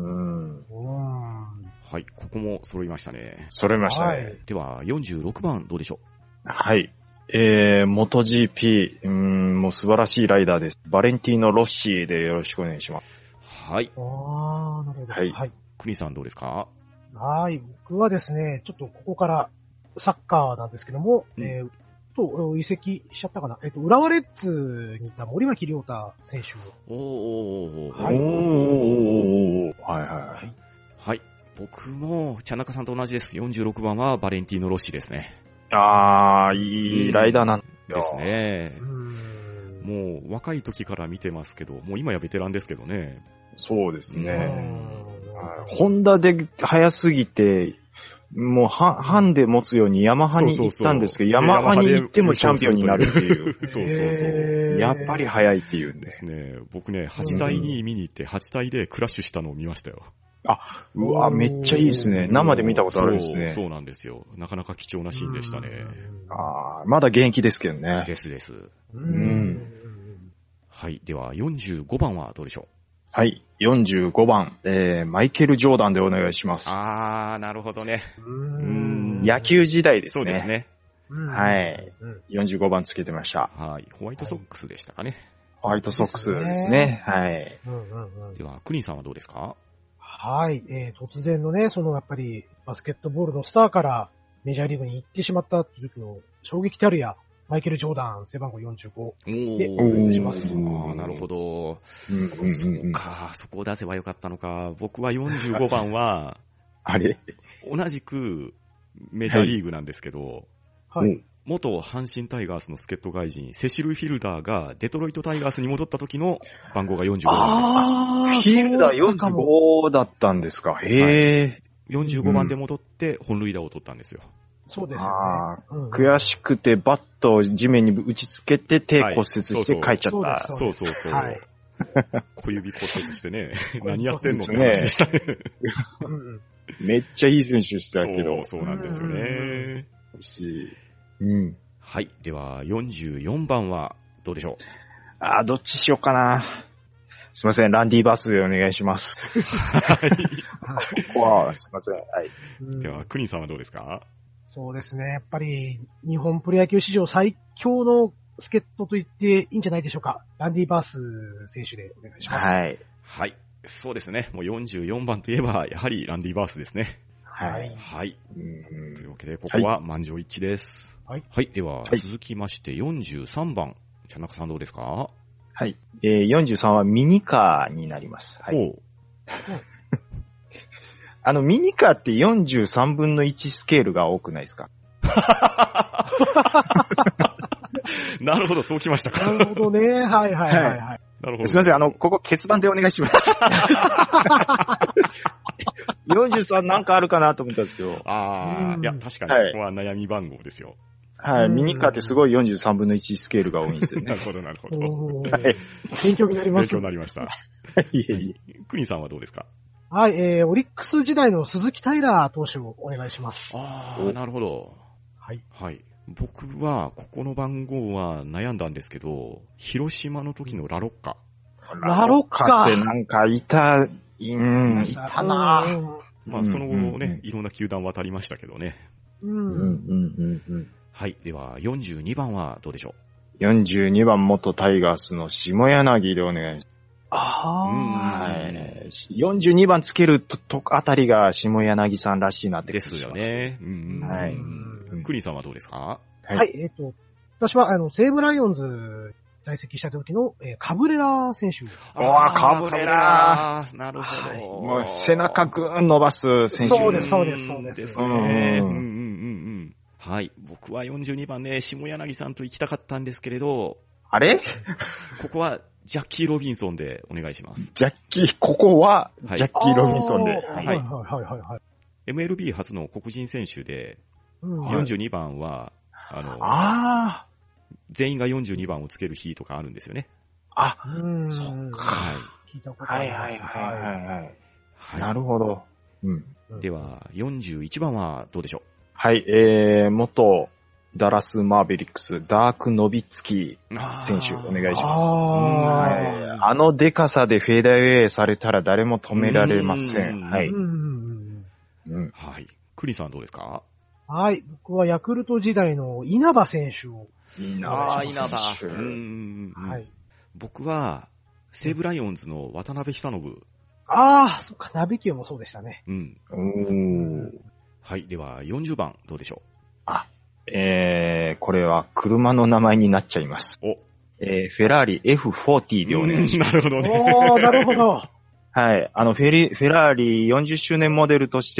Speaker 3: はい。ここも揃いましたね。
Speaker 1: 揃いましたね。
Speaker 3: では、46番どうでしょう？
Speaker 1: はい。元 GP、もう素晴らしいライダーです。バレンティーノ・ロッシーでよろしくお願いします。
Speaker 3: はい。
Speaker 2: なるほど。はい。
Speaker 3: クリンさんどうですか？
Speaker 2: はい。僕はですね、ちょっとここからサッカーなんですけども、移籍しちゃったかな。浦和レッズにいた森脇亮太選手を。
Speaker 3: はい。 僕も、茶中さんと同じです。46番はバレンティーノ・ロッシですね。
Speaker 1: いいライダーなん
Speaker 3: ですね。もう若い時から見てますけど、もう今やベテランですけどね。
Speaker 1: そうですね。ホンダで速すぎて、もうハンで持つようにヤマハに行ったんですけど、ヤマハに行ってもチャンピオンになるっていう。
Speaker 3: そう。
Speaker 1: やっぱり速いっていうん
Speaker 3: ですね。僕ね、8対2見に行って8対でクラッシュしたのを見ましたよ。
Speaker 1: うわ、めっちゃいいですね。生で見たことあるんですね。
Speaker 3: そうなんですよ。なかなか貴重なシーンでしたね。
Speaker 1: まだ現役ですけどね。
Speaker 3: です。はい。では、45番はどうでしょう？
Speaker 1: はい。45番、マイケル・ジョーダンでお願いします。
Speaker 3: なるほどね。
Speaker 1: 野球時代ですね。
Speaker 3: そうですね。
Speaker 1: はい。45番つけてました。
Speaker 3: はい。ホワイトソックスでしたかね。
Speaker 1: ホワイトソックスですね。はい。
Speaker 3: では、クリンさんはどうですか？
Speaker 2: はい。突然のね、やっぱり、バスケットボールのスターからメジャーリーグに行ってしまったっていう時の衝撃たるや、マイケル・ジョーダン、背番号45でお願いします。
Speaker 3: なるほど。そうか、そこを出せばよかったのか。僕は45番は、
Speaker 1: あれ
Speaker 3: 同じくメジャーリーグなんですけど、
Speaker 2: はい。
Speaker 3: 元阪神タイガースの助っ人外人、セシル・フィルダーがデトロイトタイガースに戻った時の番号が45番です。
Speaker 1: フィルダー45だったんですか。へ
Speaker 3: ー。45番で戻って本塁打を取ったんですよ。
Speaker 2: そうですよね。
Speaker 1: 悔しくてバットを地面に打ちつけて手骨折して帰っちゃった。
Speaker 3: そう。はい。小指骨折してね、何やってんのって話でしたね。
Speaker 1: めっちゃいい選手でしたけど。
Speaker 3: そうなんですよね。はい。では、44番はどうでしょ
Speaker 1: う？どっちしようかな。すいません、ランディバースでお願いします。はい。ここは、すいません。はい。
Speaker 3: では、クリンさんはどうですか？
Speaker 2: そうですね。やっぱり、日本プロ野球史上最強の助っ人と言っていいんじゃないでしょうか。ランディバース選手でお願いします。
Speaker 1: はい。
Speaker 3: はい。そうですね。もう44番といえば、やはりランディバースですね。
Speaker 2: はい。
Speaker 3: はい。というわけで、ここは満場一致です。はい。はい。では、続きまして43番。茶中さんどうですか？
Speaker 1: はい。43はミニカーになります。はい。ミニカーって43分の1スケールが多くないですか？
Speaker 3: なるほど、そうきましたか。
Speaker 2: なるほどね。はい。な
Speaker 1: るほど。すみません、ここ欠番でお願いします。43なんかあるかなと思ったんですけど。
Speaker 3: いや、確かに、ここは悩み番号ですよ。
Speaker 1: はい、ミニカーってすごい43分の1スケールが多いんですよね。
Speaker 3: なるほど。
Speaker 2: 勉強になります。
Speaker 3: 勉強になりました。クリンさんはどうですか？
Speaker 2: はい、オリックス時代の鈴木平投手をお願いします。
Speaker 3: なるほど。はい。僕は、ここの番号は悩んだんですけど、広島の時のラロッカ。
Speaker 2: ラロッカ
Speaker 1: ってなんかいたな
Speaker 3: ぁ。その後ね、いろんな球団渡りましたけどね。はい。では、42番はどうでしょ
Speaker 1: う？ 42 番元タイガースの下柳でお願いします。42番つけるあたりが下柳さんらしいなって
Speaker 3: ですよね。はい。クリンさんはどうですか？
Speaker 2: はい。私は、西武ライオンズ在籍した時の、カブレラ選手。
Speaker 1: カブレラ。
Speaker 3: なるほど。
Speaker 1: もう背中ぐーん伸ばす選手。
Speaker 2: そうです。
Speaker 3: ですね。はい。僕は42番ね、下柳さんと行きたかったんですけれど。
Speaker 1: あれ？
Speaker 3: ここは、ジャッキー・ロビンソンでお願いします。
Speaker 1: ここは、ジャッキー・ロビンソンで。
Speaker 2: はい。
Speaker 3: MLB 初の黒人選手で、42番は、全員が42番をつける日とかあるんですよね。
Speaker 1: そっか。
Speaker 2: 聞いたことある。
Speaker 1: はい。なるほど。
Speaker 3: では、41番はどうでしょう？
Speaker 1: はい、元、ダラス・マーベリックス、ダーク・ノビッツキー選手、お願いします。でかさでフェーダーウェイされたら誰も止められません。はい。
Speaker 3: はい。クリンさんどうですか？
Speaker 2: はい。僕はヤクルト時代の稲葉選手を。
Speaker 3: 稲葉。はい。僕は、西武ライオンズの渡辺久信。
Speaker 2: そっか、ナビキューもそうでしたね。
Speaker 3: はい。では、40番、どうでしょう？
Speaker 1: これは車の名前になっちゃいます。フェラーリ F40 でお願いします。
Speaker 3: なるほどね。
Speaker 2: なるほど。
Speaker 1: はい。フェラーリ40周年モデルとして、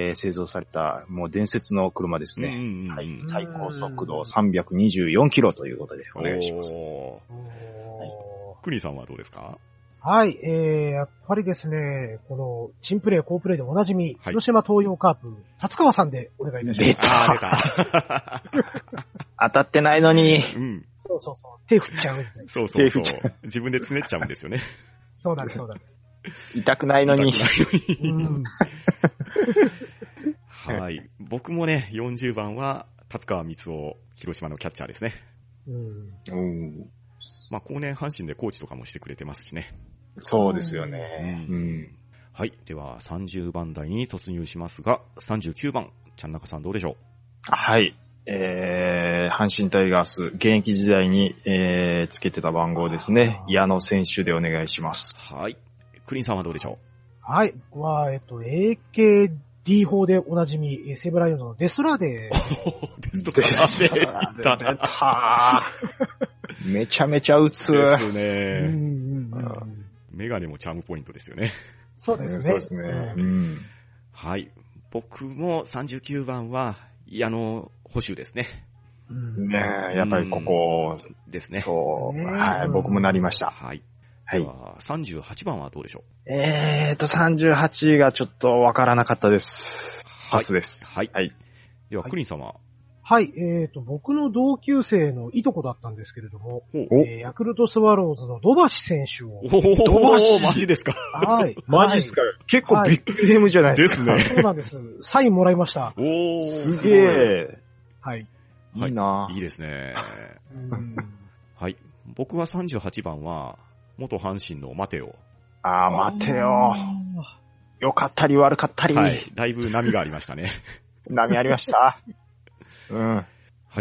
Speaker 1: 製造された、もう伝説の車ですね。はい。最高速度324キロということでお願いします。
Speaker 3: クリーンさんはどうですか？
Speaker 2: はい、やっぱりですね、この、チンプレイ、コープレイでおなじみ、広島東洋カープ、達川さんでお願いいたします。
Speaker 3: 出た。
Speaker 1: 当たってないのに。
Speaker 3: うん。
Speaker 2: そうそうそう。手振っちゃうみたいな。
Speaker 3: そうそうそう。自分でつねっちゃうんですよね。
Speaker 2: そうなんです、そうなんです。
Speaker 1: 痛くないのに。
Speaker 3: はい。僕もね、40番は、達川光夫、広島のキャッチャーですね。まあ、後年阪神でコーチとかもしてくれてますしね。
Speaker 1: そうですよね。
Speaker 3: はい。では、30番台に突入しますが、39番、ちゃんなかさんどうでしょう？
Speaker 1: はい。阪神タイガース、現役時代に、つけてた番号ですね。矢野選手でお願いします。
Speaker 3: はい。クリーンさんはどうでしょ
Speaker 2: う？はい。僕は、AKD 法でおなじみ、西武ライオンズのデストラーデ。
Speaker 3: デストラーデ。
Speaker 1: めちゃめちゃ打つ。
Speaker 3: ですね。メガネもチャームポイントですよね。
Speaker 2: そうですね。
Speaker 1: そうですね。
Speaker 3: はい。僕も39番は、矢野捕手ですね。
Speaker 1: ねえ、やっぱりここ
Speaker 3: ですね。
Speaker 1: そう。はい。僕もなりました。
Speaker 3: はい。では、38番はどうでしょう
Speaker 1: ？38がちょっとわからなかったです。パスです。
Speaker 3: はい。はい。では、クリーンさんは？
Speaker 2: はい、僕の同級生のいとこだったんですけれども、ヤクルトスワローズの土橋選手を。
Speaker 3: 土橋マジですか？
Speaker 2: はい。
Speaker 1: マジですか？結構ビッグネームじゃないですか。
Speaker 3: ですね。
Speaker 2: そうなんです。サインもらいました。
Speaker 1: すげえ。
Speaker 2: はい。
Speaker 1: いいな。
Speaker 3: いいですね。はい。僕は38番は、元阪神のマテオ。
Speaker 1: マテオ。よかったり悪かったり。
Speaker 3: はい。だいぶ波がありましたね。
Speaker 1: 波ありました。
Speaker 3: はい。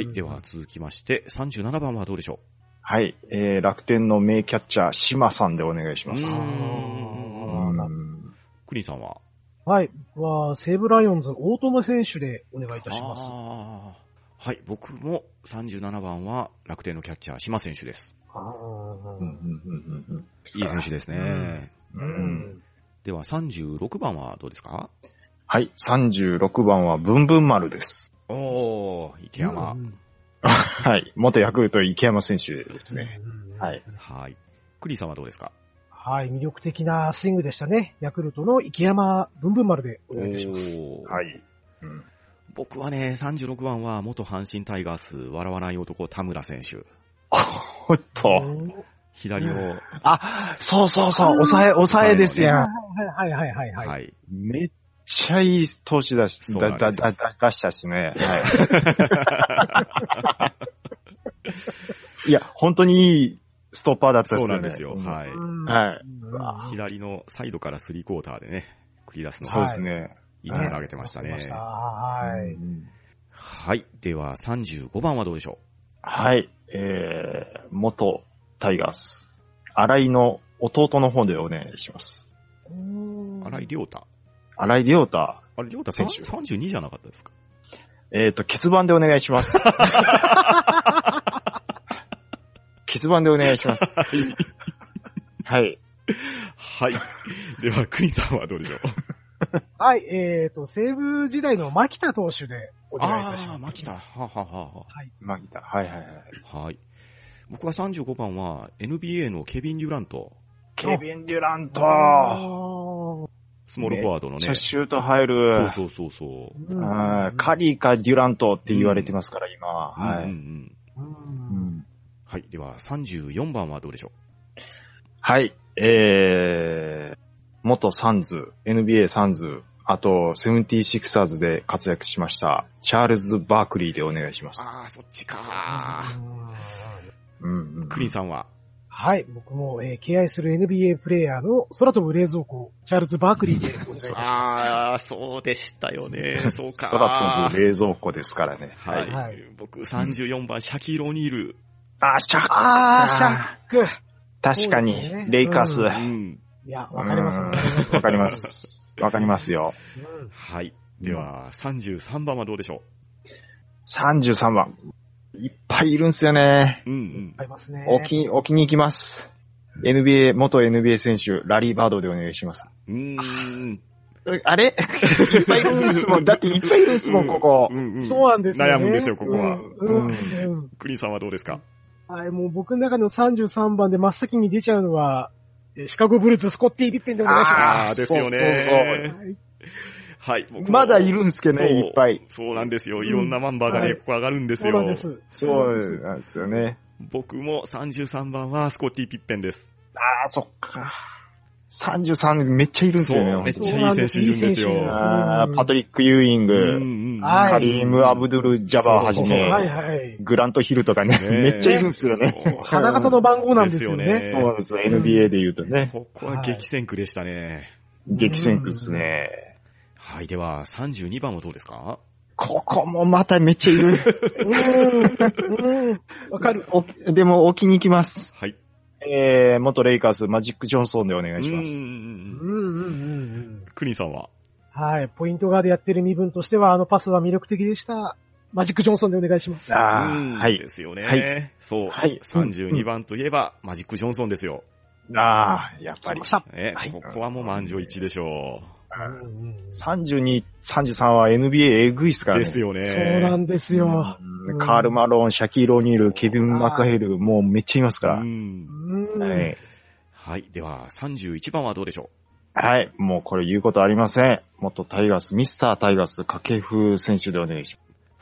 Speaker 3: では続きまして、37番はどうでしょう？
Speaker 1: はい。楽天の名キャッチャー、島さんでお願いします。
Speaker 3: クリーンさんは？
Speaker 2: はい。西武ライオンズ、大友選手でお願いいたします。
Speaker 3: はい。僕も37番は楽天のキャッチャー、島選手です。いい選手ですね。では36番はどうですか？
Speaker 1: はい。36番はブンブン丸です。
Speaker 3: 池山。
Speaker 1: はい。元ヤクルト池山選手ですね。はい。
Speaker 3: はい。クリーさんはどうですか？
Speaker 2: はい。魅力的なスイングでしたね。ヤクルトの池山ブンブン丸でお願いいたします。
Speaker 1: はい。
Speaker 3: 僕はね、36番は元阪神タイガース、笑わない男田村選手。
Speaker 1: おっと。
Speaker 3: 左の。
Speaker 1: そうそうそう。抑えですやん。
Speaker 2: はい。
Speaker 1: めっちゃいい投手出したしね。はい。いや、本当にいいストッパーだったですよね。
Speaker 3: そうなんですよ。はい。
Speaker 1: はい。
Speaker 3: 左のサイドから3クォーターでね、繰り出すの。
Speaker 1: そうですね。
Speaker 3: いいの投げてましたね。
Speaker 2: はい。
Speaker 3: はい。では、35番はどうでしょう？
Speaker 1: はい。元タイガース。新井の弟の方でお願いします。
Speaker 3: 新井亮太。
Speaker 1: 新井亮太。
Speaker 3: あれ、亮太選手32じゃなかったですか？
Speaker 1: 欠番でお願いします。欠番でお願いします。はい。
Speaker 3: はい。では、クリさんはどうでしょう？
Speaker 2: はい、西武時代の牧田投手でお願いいたします。
Speaker 3: 牧田。はい。
Speaker 1: 牧田。はい。
Speaker 3: はい。僕は35番は NBA のケビン・デュラント。
Speaker 1: ケビン・デュラント。
Speaker 3: スモールフォワードのね。
Speaker 1: シュート入る。
Speaker 3: そう。
Speaker 1: カリーかデュラントって言われてますから、今。はい。はい。
Speaker 3: では、34番はどうでしょう？
Speaker 1: はい。元サンズ、NBA サンズ、あと、76ers で活躍しました、チャールズ・バークリーでお願いします。
Speaker 3: そっちかクリーンさんは？
Speaker 2: はい。僕も、敬愛する NBA プレイヤーの空飛ぶ冷蔵庫、チャールズ・バークリーでお願いいたします。
Speaker 3: そうでしたよね。そうか。
Speaker 1: 空飛ぶ冷蔵庫ですからね。
Speaker 3: はい。僕34番、シャキール・オニール。
Speaker 2: シャック。
Speaker 1: 確かに、レイカース。
Speaker 2: いや、わかります。
Speaker 1: わかります。わかりますよ。
Speaker 3: はい。では、33番はどうでしょう
Speaker 1: ？33番。いっぱいいるんすよね。
Speaker 2: いっぱいいますね。
Speaker 1: 置きに行きます。 元 NBA 選手、ラリー・バードでお願いします。あれいっぱいいるんですもん。だっていっぱいいるんですもん、ここ。
Speaker 2: そうなんですよね。
Speaker 3: 悩むんですよ、ここは。クリンさんはどうですか？
Speaker 2: はい、もう僕の中の33番で真っ先に出ちゃうのは、シカゴブルーズ、スコッティ・ピッペンでお願いします。
Speaker 3: ああ、ですよね。
Speaker 1: はい。まだいるんですけどね、いっぱい。
Speaker 3: そうなんですよ。いろんなマンバーがね、ここ上がるんですよ。
Speaker 2: そうなんです。
Speaker 1: そうなんですよね。
Speaker 3: 僕も33番はスコッティ・ピッペンです。
Speaker 1: ああ、そっか。33めっちゃいるんですよね。
Speaker 3: めっちゃいい選手いるんですよ。
Speaker 1: パトリック・ユーイング、カリーム・アブドゥル・ジャバーをはじめ、グラント・ヒルとかね、めっちゃいるんですよね。
Speaker 2: 花形の番号なんですよね。
Speaker 1: そうなんですよ。NBA で言うとね。
Speaker 3: ここは激戦区でしたね。
Speaker 1: 激戦区ですね。
Speaker 3: はい、では32番はどうですか？
Speaker 1: ここもまためっちゃいる。
Speaker 2: わかる。
Speaker 1: でも置きに行きます。
Speaker 3: はい。
Speaker 1: 元レイカーズ、マジック・ジョンソンでお願いします。
Speaker 3: クニさんは？
Speaker 2: はい。ポイントガードやってる身分としては、パスは魅力的でした。マジック・ジョンソンでお願いします。
Speaker 3: はい。ですよね。はい。そう。はい。32番といえば、マジック・ジョンソンですよ。
Speaker 1: やっぱり。
Speaker 3: ここはもう満場一致でしょう。
Speaker 1: 32、33は NBA エグいっすからね。
Speaker 2: ですよね。そうなんですよ。
Speaker 1: カール・マローン、シャキール・オニール、ケビン・マカヘル、もうめっちゃいますから。
Speaker 3: はい。では、31番はどうでしょ
Speaker 1: う？はい。もうこれ言うことありません。元タイガース、ミスタータイガース、掛布選手でお願いします。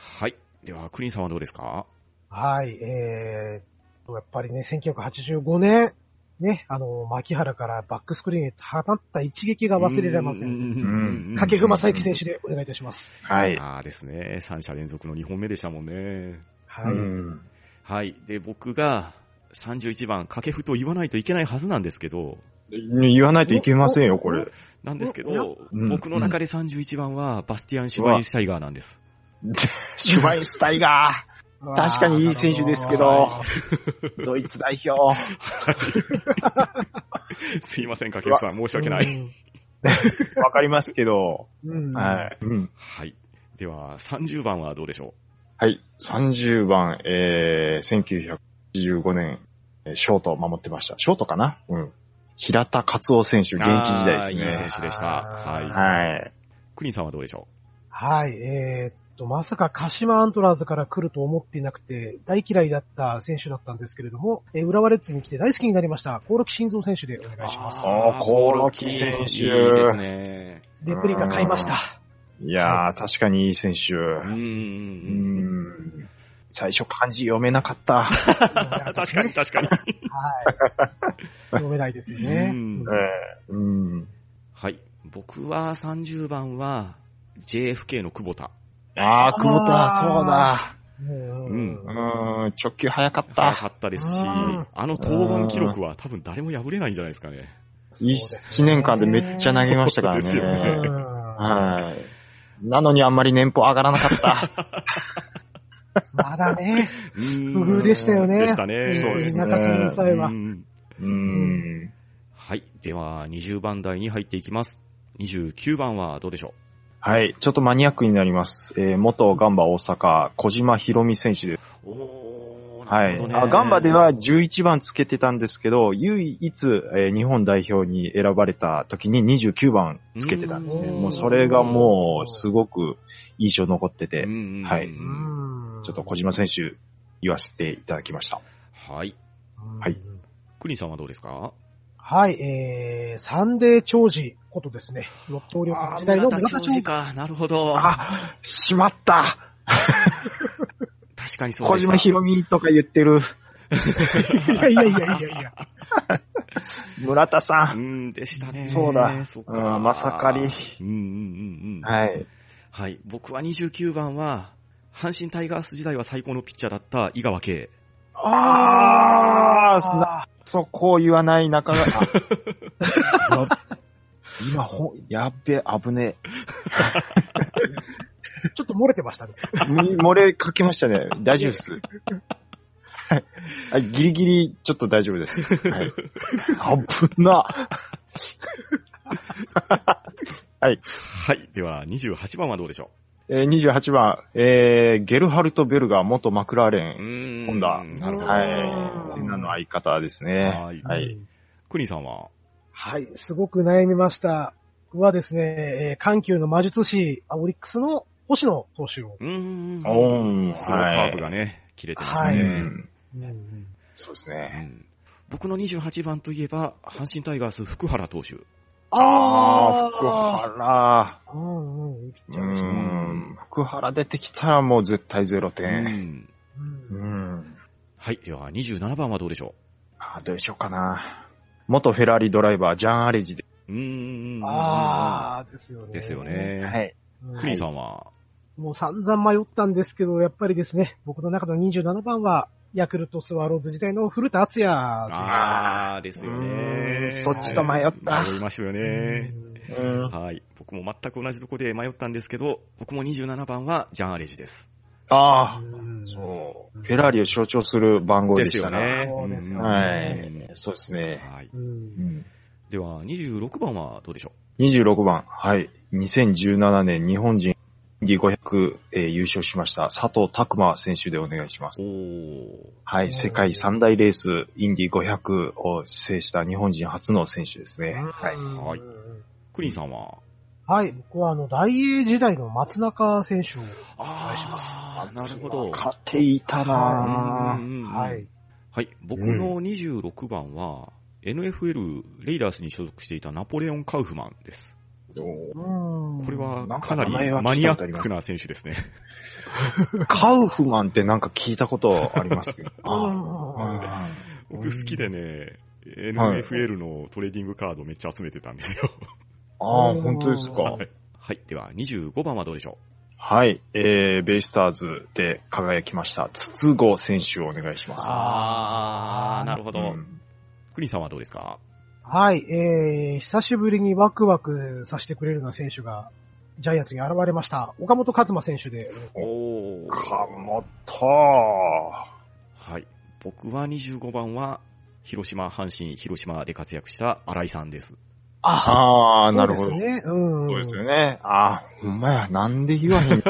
Speaker 3: はい。では、クリンさんはどうですか？
Speaker 2: はい。やっぱりね、1985年、ね、牧原からバックスクリーンへ放った一撃が忘れられません。掛布正幸選手でお願いいたします。
Speaker 3: はい。ですね。3者連続の2本目でしたもんね。
Speaker 2: はい。
Speaker 3: はい。で、僕が31番、掛布と言わないといけないはずなんですけど。
Speaker 1: 言わないといけませんよ、これ。
Speaker 3: なんですけど、僕の中で31番はバスティアン・シュバインスタイガーなんです。
Speaker 1: シュバインスタイガー。確かにいい選手ですけど、ドイツ代表。
Speaker 3: すいません、掛布さん、申し訳ない。
Speaker 1: わかりますけど、
Speaker 3: はい。では、30番はどうでしょう？
Speaker 1: はい、30番、1985年、ショートを守ってました。ショートかな？平田勝夫選手、現役時代ですね。
Speaker 3: いい選手でした。
Speaker 1: はい。
Speaker 3: クニさんはどうでしょう？
Speaker 2: はい、まさか鹿島アントラーズから来ると思っていなくて、大嫌いだった選手だったんですけれども、浦和レッズに来て大好きになりました、興梠慎三選手でお願いします。
Speaker 1: 興梠選手。いい
Speaker 3: ですね。
Speaker 2: レプリカ買いました。
Speaker 1: いやー、確かにいい選手。最初漢字読めなかった。
Speaker 3: 確かに。はい。
Speaker 2: 読めないですよね。
Speaker 3: はい。僕は30番は JFK の久保田。
Speaker 1: 久保田、そうだ。直球早かった。
Speaker 3: 早かったですし、登板記録は多分誰も破れないんじゃないですかね。
Speaker 1: 1年間でめっちゃ投げましたからね。ですよね。はい。なのにあんまり年俸上がらなかった。
Speaker 2: まだね、不遇でしたよね。
Speaker 3: でしたね。
Speaker 2: そうですね。中継ぎの際は。
Speaker 3: はい。では、20番台に入っていきます。29番はどうでしょう？
Speaker 1: はい。ちょっとマニアックになります。元ガンバ大阪、小島博美選手です。はい。ガンバでは11番つけてたんですけど、唯一、日本代表に選ばれた時に29番つけてたんですね。もうそれがもうすごく印象残ってて、はい。ちょっと小島選手言わせていただきました。
Speaker 3: はい。はい。クリンさんはどうですか？
Speaker 2: はい、サンデー長治ことですね。6投力時代の
Speaker 3: 村田長治か。なるほど。
Speaker 1: しまった。
Speaker 3: 確かにそうでした。
Speaker 1: 小島ひろみとか言ってる。
Speaker 2: いや。
Speaker 1: 村田さん。
Speaker 3: でしたね。
Speaker 1: そうだ。まさかり。はい。
Speaker 3: はい。僕は29番は、阪神タイガース時代は最高のピッチャーだった井川圭。
Speaker 1: そこを言わない中が、今やっべ、危ね
Speaker 2: え。ちょっと漏れてましたね。
Speaker 1: 漏れかけましたね。大丈夫です。はい。ギリギリ、ちょっと大丈夫です。はい。危な。はい。
Speaker 3: はい。では、28番はどうでしょう
Speaker 1: ？28番、ゲルハルト・ベルガー、元マクラーレン、ホンダ。
Speaker 3: なるほど。
Speaker 1: はい。セナの相方ですね。はい。
Speaker 3: クリンさんは？
Speaker 2: はい、すごく悩みました。僕はですね、緩急の魔術師、オリックスの星野投手を。
Speaker 3: スローカーブがね、切れてましたね。
Speaker 1: そうですね。
Speaker 3: 僕の28番といえば、阪神タイガース福原投手。
Speaker 1: 福原。福原出てきたらもう絶対0点。
Speaker 3: はい。では、27番はどうでしょ
Speaker 1: う？どうしようかな。元フェラーリドライバー、ジャン・アレジで。
Speaker 2: ですよね。
Speaker 3: ですよね。
Speaker 1: はい。
Speaker 3: クリンさんは？
Speaker 2: もう散々迷ったんですけど、やっぱりですね、僕の中の27番は、ヤクルトスワローズ時代の古田敦也。
Speaker 3: ですよね。
Speaker 1: そっちと迷った。
Speaker 3: 迷いましたよね。はい。僕も全く同じとこで迷ったんですけど、僕も27番はジャン・アレジです。
Speaker 1: そう。フェラーリを象徴する番号でしたね。
Speaker 2: そうですよね。
Speaker 1: はい。そうですね。
Speaker 3: はい。では、26番はどうでしょ
Speaker 1: う？ 26番。はい。2017年日本人インディ500、優勝しました佐藤拓磨選手でお願いします。はい。世界三大レースインディ500を制した日本人初の選手ですね。はい。
Speaker 3: はい。クリンさんは？
Speaker 2: はい。僕は大英時代の松中選手をお願いします。
Speaker 3: なるほど。
Speaker 1: 勝っていたな
Speaker 2: はい。
Speaker 3: はい。僕の26番は、NFL レイダースに所属していたナポレオン・カウフマンです。これはかなりマニアックな選手ですね。
Speaker 1: カウフマンってなんか聞いたことありますけど。
Speaker 3: 僕好きでね、NFL のトレーディングカードめっちゃ集めてたんですよ。
Speaker 1: 本当ですか。
Speaker 3: はい。では、25番はどうでしょう？
Speaker 1: はい。ベイスターズで輝きました。筒香選手をお願いします。
Speaker 3: なるほど。クリンさんはどうですか？
Speaker 2: はい。久しぶりにワクワクさせてくれるような選手が、ジャイアンツに現れました。岡本和真選手で。
Speaker 1: 岡本。
Speaker 3: はい。僕は25番は、阪神、広島で活躍した新井さんです。
Speaker 1: なるほど。
Speaker 2: そうですね。
Speaker 1: そうですよね。ほんまや。なんで言わへん。ち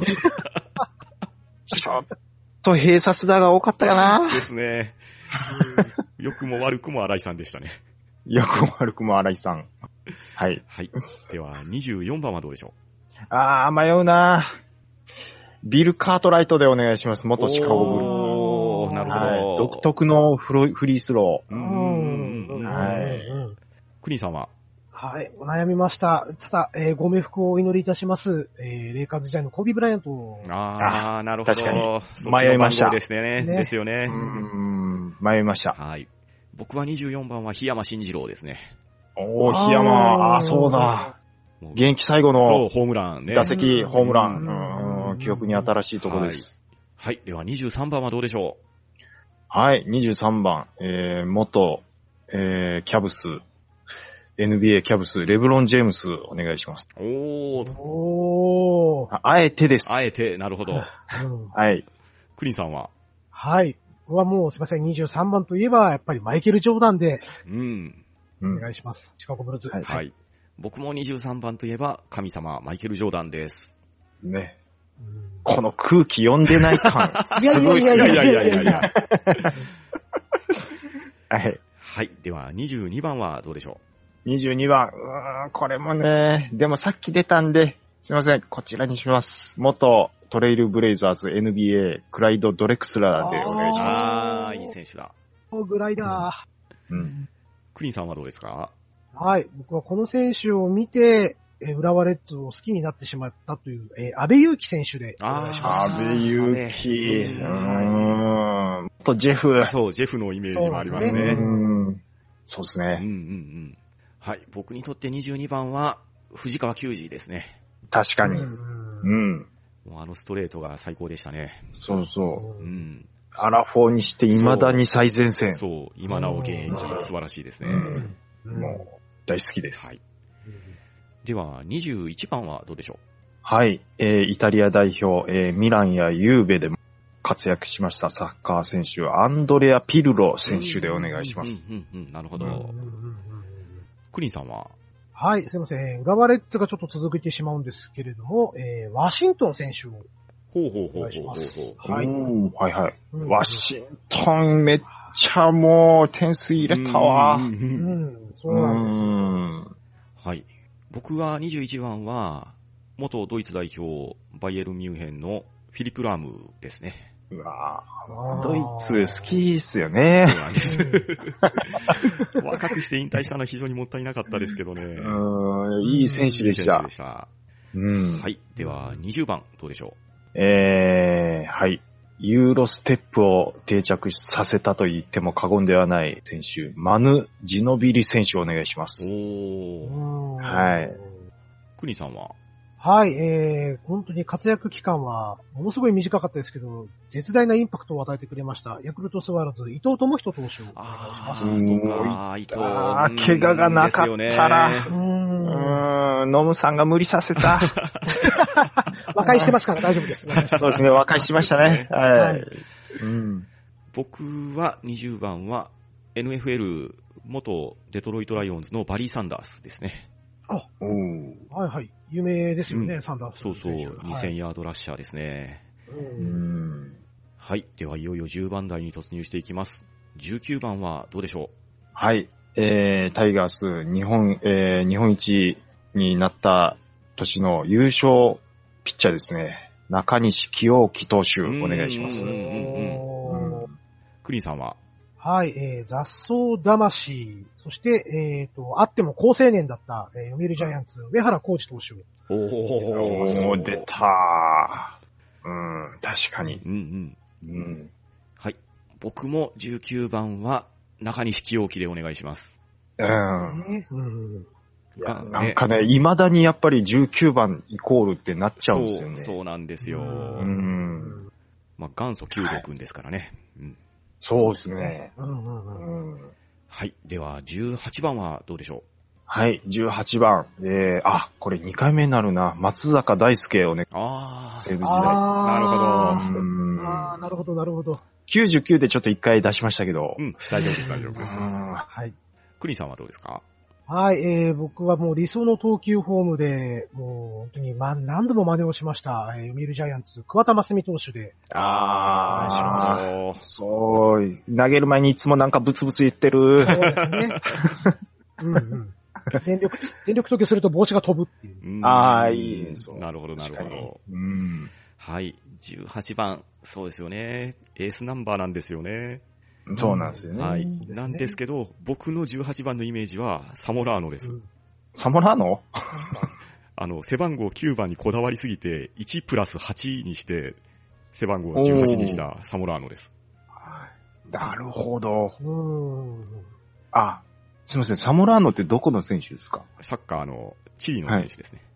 Speaker 1: ょっと閉殺打が多かったかな。
Speaker 3: ですね。良くも悪くも新井さんでしたね。
Speaker 1: 良くも悪くも新井さん。はい。
Speaker 3: はい。では、24番はどうでしょ
Speaker 1: う？迷うな。ビル・カートライトでお願いします。元シカゴブルーズ。
Speaker 3: なるほど。
Speaker 1: 独特のフリースロー。
Speaker 3: クリンさんは？
Speaker 2: はい、お悩みました。ただ、ご冥福をお祈りいたします。レイカーズ時代のコービー・ブライアント。
Speaker 3: なるほど。
Speaker 1: 確かに。迷いました。
Speaker 3: ですね。ですよね。
Speaker 1: 迷いました。
Speaker 3: はい。僕は24番は檜山慎次郎ですね。
Speaker 1: 檜山。そうだ。現役最後の。
Speaker 3: そう、ホームランね。
Speaker 1: 打席、ホームラン。記憶に新しいところです。
Speaker 3: はい。では23番はどうでしょう？
Speaker 1: はい、23番。元、キャブス。NBA キャブス、レブロン・ジェームス、お願いします。あえてです。
Speaker 3: あえて、なるほど。
Speaker 1: はい。
Speaker 3: クリンさんは？
Speaker 2: はい。これはもうすいません、23番といえば、やっぱりマイケル・ジョーダンで、お願いします。シカゴブルーズ。
Speaker 3: はい。僕も23番といえば、神様、マイケル・ジョーダンです。
Speaker 1: ね。この空気読んでない感。
Speaker 2: いや。
Speaker 1: はい。
Speaker 3: はい。では、22番はどうでしょ
Speaker 1: う？22番。これもね、でもさっき出たんで、すいません、こちらにします。元トレイルブレイザーズ NBA、クライド・ドレクスラーでお願いします。
Speaker 3: いい選手だ。
Speaker 2: グライダ
Speaker 3: ー。クリンさんはどうですか？
Speaker 2: はい。僕はこの選手を見て、浦和レッズを好きになってしまったという、安部祐希選手でお願いします。
Speaker 1: 安部祐希。とジェフ。
Speaker 3: そう、ジェフのイメージもありますね。
Speaker 1: そうですね。
Speaker 3: はい。僕にとって22番は、藤川球児ですね。
Speaker 1: 確かに。
Speaker 3: もうストレートが最高でしたね。
Speaker 1: そうそう。アラフォーにして未だに最前線。
Speaker 3: そう、今なお現役、素晴らしいですね。
Speaker 1: もう、大好きです。
Speaker 3: はい。では、21番はどうでしょう？
Speaker 1: はい。イタリア代表、ミランやユーベでも活躍しましたサッカー選手、アンドレア・ピルロ選手でお願いします。
Speaker 3: なるほど。クリンさんは？
Speaker 2: はい、すいません。浦和レッズがちょっと続いてしまうんですけれども、ワシントン選手をお願いします。
Speaker 1: はい。ワシントンめっチャーも点数入れたわ。
Speaker 2: そうなんですよ。
Speaker 3: はい。僕は21番は、元ドイツ代表、バイエルンミュンヘンのフィリップ・ラームですね。
Speaker 1: うわドイツ好きっすよね。
Speaker 3: そうなんです。若くして引退したのは非常にもったいなかったですけどね。
Speaker 1: いい選手でした。
Speaker 3: はい。では、20番、どうでしょう。
Speaker 1: はい。ユーロステップを定着させたと言っても過言ではない選手、マヌ・ジノビリ選手をお願いします。はい。
Speaker 3: クニさんは
Speaker 2: はい、本当に活躍期間はものすごい短かったですけど、絶大なインパクトを与えてくれました。ヤクルトスワローズ、伊藤智人投手をお願いします。
Speaker 3: そうか、伊藤。
Speaker 1: 怪我がなかったら、ノムさんが無理させた。
Speaker 2: 和解してますから大丈夫です。
Speaker 1: そうですね、和解しましたね。はい。
Speaker 3: 僕は20番は NFL 元デトロイトライオンズのバリー・サンダースですね。
Speaker 2: はいはい。有名ですよね、サンダース。
Speaker 3: そうそう、2000ヤードラッシャーですね。はい。では、いよいよ10番台に突入していきます。19番はどうでしょう。
Speaker 1: はい。タイガース、日本一になった年の優勝ピッチャーですね。中西清樹投手、お願いします。
Speaker 3: クリンさんは
Speaker 2: はい、雑草魂、そして、あっても好青年だった、読売ジャイアンツ、上原浩二投手。
Speaker 1: 出たー。確かに。
Speaker 3: はい。僕も19番は中西清樹でお願いします。
Speaker 1: なんかね、未だにやっぱり19番イコールってなっちゃうんですよね。
Speaker 3: そうなんですよ。まあ、元祖九郎くんですからね。
Speaker 1: そうですね。
Speaker 3: はい。では、18番はどうでしょう。
Speaker 1: はい、18番。これ2回目になるな。松坂大輔をね。西武時代。
Speaker 3: なるほど。
Speaker 2: なるほど、なるほど。
Speaker 1: 99でちょっと1回出しましたけど。
Speaker 3: 大丈夫です、大丈夫です。
Speaker 2: はい。
Speaker 3: クリンさんはどうですか。
Speaker 2: はい、僕はもう理想の投球フォームで、もう本当に何度も真似をしました。読売ジャイアンツ、桑田真澄投手で。お願いします。
Speaker 1: そう、投げる前にいつもなんかブツブツ言ってる。
Speaker 2: そうですね。全力投球すると帽子が飛ぶっていう。
Speaker 1: いい。
Speaker 3: なるほど、なるほど。はい、18番、そうですよね。エースナンバーなんですよね。
Speaker 1: そうなんですよね。
Speaker 3: はい。なんですけど、僕の18番のイメージはサモラーノです。
Speaker 1: サモラーノ
Speaker 3: 背番号9番にこだわりすぎて、1プラス8にして、背番号18にしたサモラーノです。
Speaker 1: なるほど。すみません、サモラーノってどこの選手ですか？
Speaker 3: サッカーのチリの選手ですね。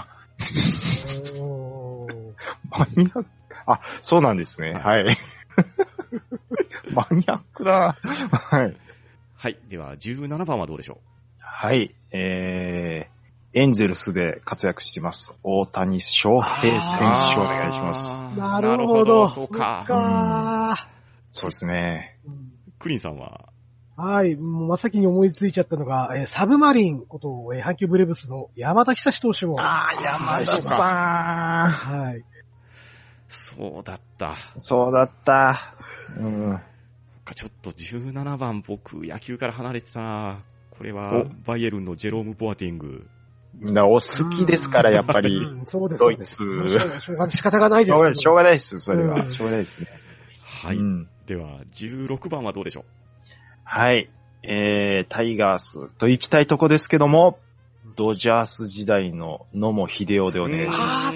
Speaker 1: マニアック。そうなんですね。はい。マニアックだ。はい。
Speaker 3: はい。では、17番はどうでしょう？
Speaker 1: はい。エンゼルスで活躍しています。大谷翔平選手お願いします。
Speaker 2: なるほど。
Speaker 3: そうか。
Speaker 1: そうですね。
Speaker 3: クリンさんは？
Speaker 2: はい。もう真っ先に思いついちゃったのが、サブマリンこと、阪急ブレーブスの山田久志投手も。
Speaker 1: 山田さん。
Speaker 2: はい。
Speaker 3: そうだった。ちょっと17番僕野球から離れてたな。これはバイエルンのジェローム・ボアティング。
Speaker 1: みんなお好きですからやっぱり。
Speaker 2: そうです。ドイツ。仕方がないです。
Speaker 1: しょうがないです、それは。しょうがないですね。
Speaker 3: はい。では16番はどうでしょう？
Speaker 1: はい。タイガースと行きたいとこですけども、ドジャース時代の野茂英雄でお願いします。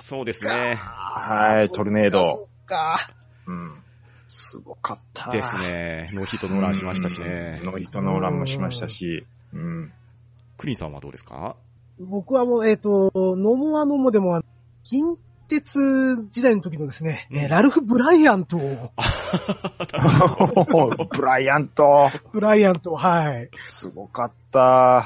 Speaker 3: そうですね。
Speaker 1: はい、トルネード。すごかった
Speaker 3: ですね。ノーヒットノーランしましたしね。
Speaker 1: ノーヒットノーランもしましたし。
Speaker 3: クリンさんはどうですか？
Speaker 2: 僕はもう、野茂は野茂でも、近鉄時代の時のですね、ラルフ・ブライアントを。
Speaker 1: ブライアント、
Speaker 2: はい。
Speaker 1: すごかった。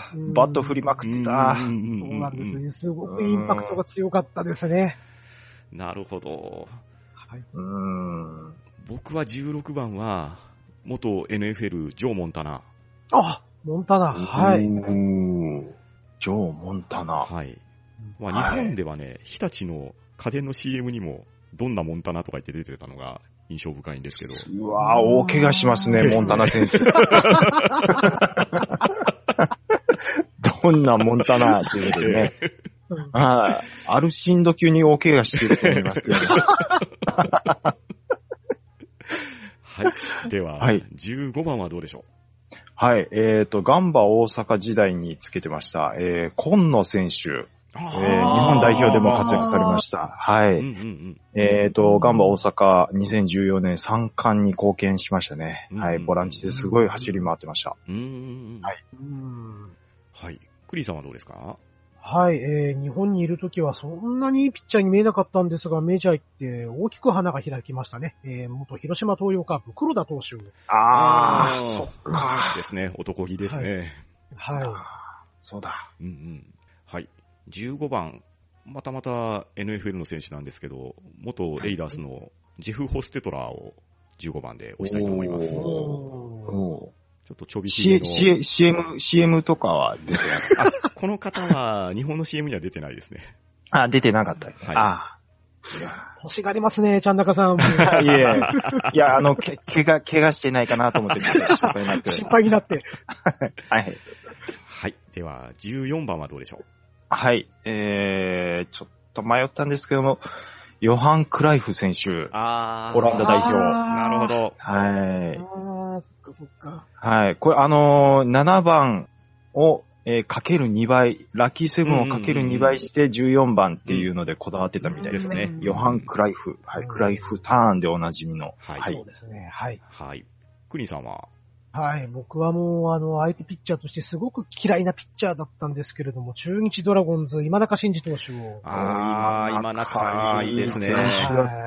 Speaker 1: バット振りまくった。
Speaker 2: そうなんですね。すごくインパクトが強かったですね。
Speaker 3: なるほど。
Speaker 2: はい。
Speaker 3: 僕は16番は、元 NFL ジョー・モンタナ。
Speaker 2: モンタナ、はい。
Speaker 1: ジョー・モンタナ。
Speaker 3: はい。まあ、日本ではね、日立の家電の CM にも、どんなモンタナとか言って出てたのが印象深いんですけど。
Speaker 1: うわぁ、大怪我しますね、モンタナ選手。どんなモンタナっていうことでね。はい。アルシンド級に大怪我してると思いますけど。
Speaker 3: はい。では、
Speaker 1: はい、
Speaker 3: 15番はどうでしょう？
Speaker 1: はい。ガンバ大阪時代につけてました。今野選手。日本代表でも活躍されました。はい。ガンバ大阪2014年3冠に貢献しましたね。はい。ボランチですごい走り回ってました。はい。
Speaker 3: はい。クリさんはどうですか？
Speaker 2: はい、日本にいるときはそんなにいいピッチャーに見えなかったんですが、メジャー行って大きく花が開きましたね。元広島東洋カープ、黒田投手。
Speaker 3: そっか。ですね。男気ですね。
Speaker 2: はい。
Speaker 1: そうだ。
Speaker 3: はい。15番。また NFL の選手なんですけど、元レイダースのジェフ・ホステトラーを15番で押したいと思います。ちょっとちょびひげの。
Speaker 1: CM とかは出てない
Speaker 3: この方は日本の CM には出てないですね。
Speaker 1: 出てなかった。
Speaker 2: はい。欲しがりますね、ちゃんなかさん。
Speaker 1: いや、怪我してないかなと思って
Speaker 2: 心配になって。
Speaker 1: はい。
Speaker 3: はい。では、14番はどうでしょう？
Speaker 1: はい。ちょっと迷ったんですけども、ヨハン・クライフ選手。オランダ代表。
Speaker 3: なるほど。
Speaker 1: はい。
Speaker 2: そっか。
Speaker 1: はい。これ7番を、かける2倍、ラッキーセブンをかける2倍して14番っていうのでこだわってたみたいですね。ヨハン・クライフ。はい。クライフターンでおなじみの。
Speaker 2: はい。そうですね。はい。
Speaker 3: はい。クリンさんは？
Speaker 2: はい。僕はもう、相手ピッチャーとしてすごく嫌いなピッチャーだったんですけれども、中日ドラゴンズ、今中慎二投手を。
Speaker 3: 今中いいですね。
Speaker 1: 選手だった。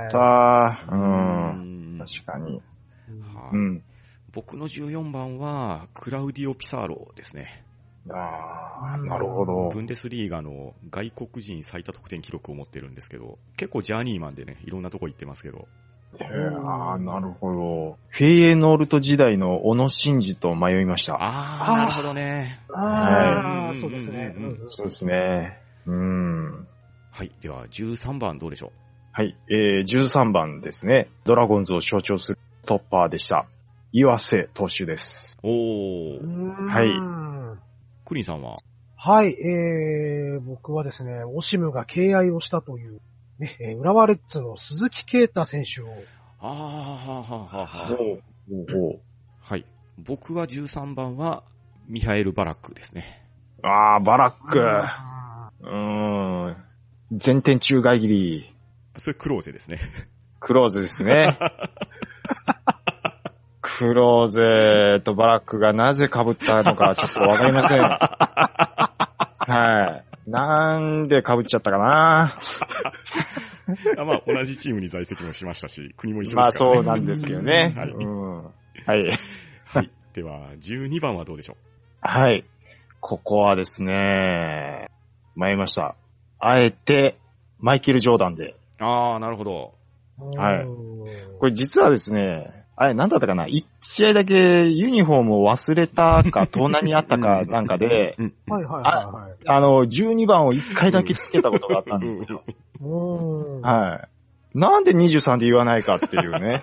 Speaker 1: 確かに。
Speaker 3: 僕の14番は、クラウディオ・ピサーロですね。
Speaker 1: なるほど。
Speaker 3: ブンデスリーガの外国人最多得点記録を持ってるんですけど、結構ジャーニーマンでね、いろんなとこ行ってますけど。
Speaker 1: なるほど。フェイエノールト時代の小野伸二と迷いました。
Speaker 3: なるほどね。
Speaker 2: そうですね。
Speaker 1: そうですね。
Speaker 3: はい。では、13番どうでしょう？
Speaker 1: はい。13番ですね。ドラゴンズを象徴するトッパーでした。岩瀬投手です。はい。
Speaker 3: クリンさんは？
Speaker 2: はい。僕はですね、オシムが敬愛をしたという、ね、浦和レッズの鈴木啓太選手を。
Speaker 3: はい。僕は13番は、ミハエル・バラックですね。
Speaker 1: バラック。前転宙返切り。
Speaker 3: それクローゼですね。
Speaker 1: クローゼですね。クローゼとバラックがなぜ被ったのかちょっとわかりません。はい。なんで被っちゃったかな。
Speaker 3: 同じチームに在籍もしましたし、国も一緒ですからね。
Speaker 1: そうなんですけどね。はい。
Speaker 3: はい。では、12番はどうでしょう？
Speaker 1: はい。ここはですね、迷いました。あえて、マイケル・ジョーダンで。
Speaker 3: なるほど。
Speaker 1: はい。これ実はですね、なんだったかな？一試合だけユニフォームを忘れたか、盗難にあったかなんかで、12番を1回だけつけたことがあったんですよ。はい。なんで23で言わないかっていうね。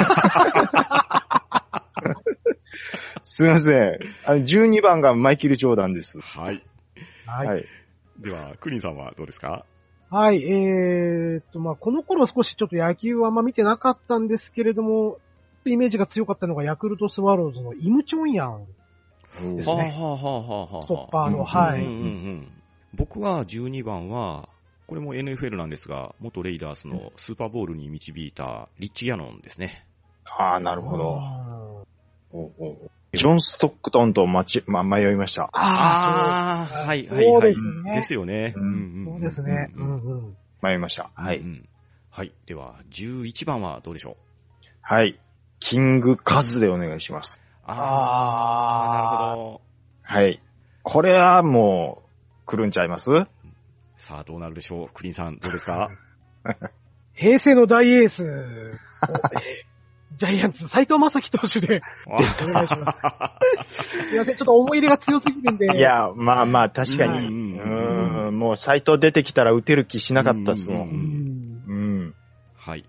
Speaker 1: すいません。12番がマイケル・ジョーダンです。
Speaker 3: はい。では、クリンさんはどうですか？
Speaker 2: はい。この頃少しちょっと野球はあんま見てなかったんですけれども、イメージが強かったのがヤクルトスワローズのイムチョンヤンですね。ストッパーの、はい。
Speaker 3: 僕は12番は、これも NFL なんですが、元レイダースのスーパーボールに導いたリッチ・ギャノンですね。
Speaker 1: なるほど。ジョン・ストックトンと迷いました。
Speaker 3: はい。ですよね。
Speaker 2: そうですね。
Speaker 1: 迷いました。はい。
Speaker 3: はい。では、11番はどうでしょう？
Speaker 1: はい。キングカズでお願いします。
Speaker 3: なるほど。
Speaker 1: はい。これはもう、来るんちゃいます？
Speaker 3: さあ、どうなるでしょう？クリンさん、どうですか？
Speaker 2: 平成の大エース、ジャイアンツ、斉藤正樹投手で、お願いします。すいません、ちょっと思い入れが強すぎるんで。
Speaker 1: いや、確かに。もう斉藤出てきたら打てる気しなかったっすもん。
Speaker 3: はい。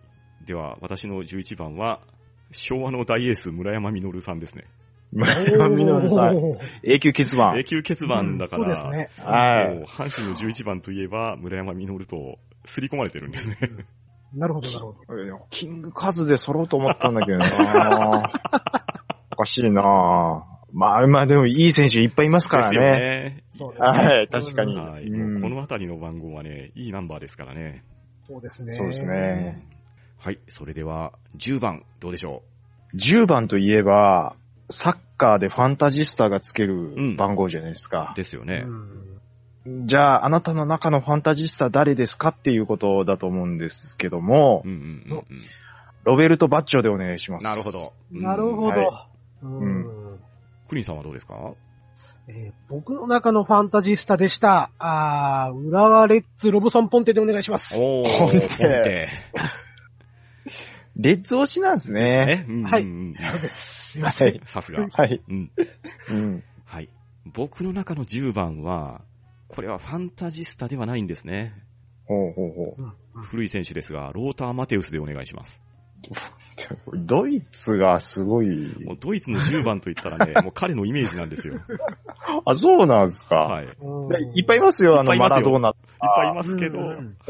Speaker 3: では、私の11番は、昭和の大エース、村山実さんですね。
Speaker 1: 村山実さん、永久欠番。
Speaker 3: 永久欠番だから、
Speaker 2: そうですね。
Speaker 1: はい。
Speaker 3: 阪神の11番といえば、村山実と刷り込まれてるんですね。
Speaker 2: なるほど、なるほど。
Speaker 1: キングカズで揃うと思ったんだけどなおかしいなまあでもいい選手いっぱいいますからね。
Speaker 3: ですよね。
Speaker 1: はい、確かに。
Speaker 3: はい。もうこのあたりの番号はね、いいナンバーですからね。
Speaker 2: そうですね。
Speaker 1: そうですね。
Speaker 3: はい。それでは、10番、どうでしょ
Speaker 1: う。10番といえば、サッカーでファンタジスタがつける番号じゃないですか。
Speaker 3: ですよね。
Speaker 1: じゃあ、あなたの中のファンタジスタ誰ですかっていうことだと思うんですけども、ロベルト・バッチョでお願いします。
Speaker 3: なるほど。
Speaker 2: なるほど。
Speaker 3: クリンさんはどうですか？
Speaker 2: 僕の中のファンタジスタでした。浦和レッズ・ロブソン・ポンテでお願いします。
Speaker 3: ポンテ。
Speaker 1: レッズ推しなんですね。
Speaker 2: はい。そうです。すいません。
Speaker 3: さすが。
Speaker 1: はい。
Speaker 3: はい。僕の中の10番は、これはファンタジスタではないんですね。古い選手ですが、ローター・マテウスでお願いします。
Speaker 1: ドイツがすごい。
Speaker 3: もうドイツの10番と言ったらね、もう彼のイメージなんですよ。
Speaker 1: あ、そうなんですか。
Speaker 3: はい。
Speaker 1: いっぱいいますよ、マラドーナ。いっ
Speaker 3: ぱいいますけど。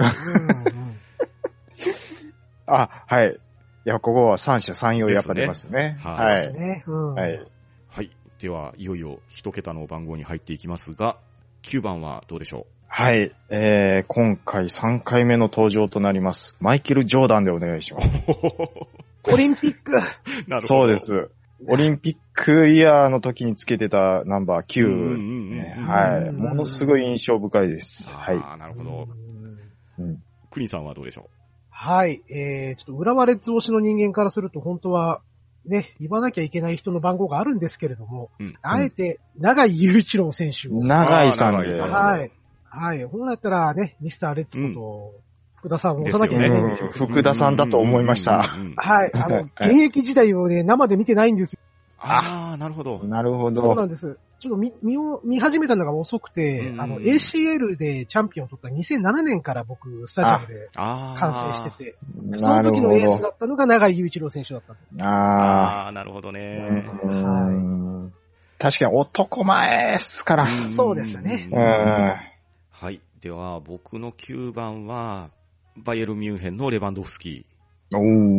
Speaker 1: はい。いや、ここは三者三様やっぱ出ますね。
Speaker 3: はい。
Speaker 1: はい。
Speaker 3: では、いよいよ一桁の番号に入っていきますが、9番はどうでしょう？
Speaker 1: はい。今回3回目の登場となります。マイケル・ジョーダンでお願いします。
Speaker 2: オリンピック
Speaker 1: そうです。オリンピックイヤーの時につけてたナンバー9。はい。ものすごい印象深いです。はい。
Speaker 3: なるほど。クリンさんはどうでしょう？
Speaker 2: はい。ちょっと浦和レッズ推しの人間からすると本当はね、言わなきゃいけない人の番号があるんですけれども、あえて長井雄一郎選手を。
Speaker 1: 長井さんで。
Speaker 2: はい。はい。本来だったらね、ミスターレッツこと、福田さんを押さなきゃいけないんですよ。
Speaker 1: 福田さんだと思いました。
Speaker 2: はい。現役時代をね、生で見てないんですよ。
Speaker 3: なるほど。
Speaker 1: なるほど。
Speaker 2: そうなんです。ちょっと見始めたのが遅くて、ACL でチャンピオンを取った2007年から僕、スタジアムで観戦してて、その時のエースだったのが長井雄一郎選手だったんで。
Speaker 3: なるほどね。
Speaker 2: はい。
Speaker 1: 確かに男前ですから。
Speaker 2: そうですね。
Speaker 3: はい。では、僕の9番は、バイエルミュンヘンのレバンドフスキー。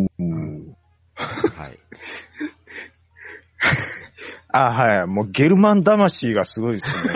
Speaker 3: はい。
Speaker 1: はい。もうゲルマン魂がすごいですね。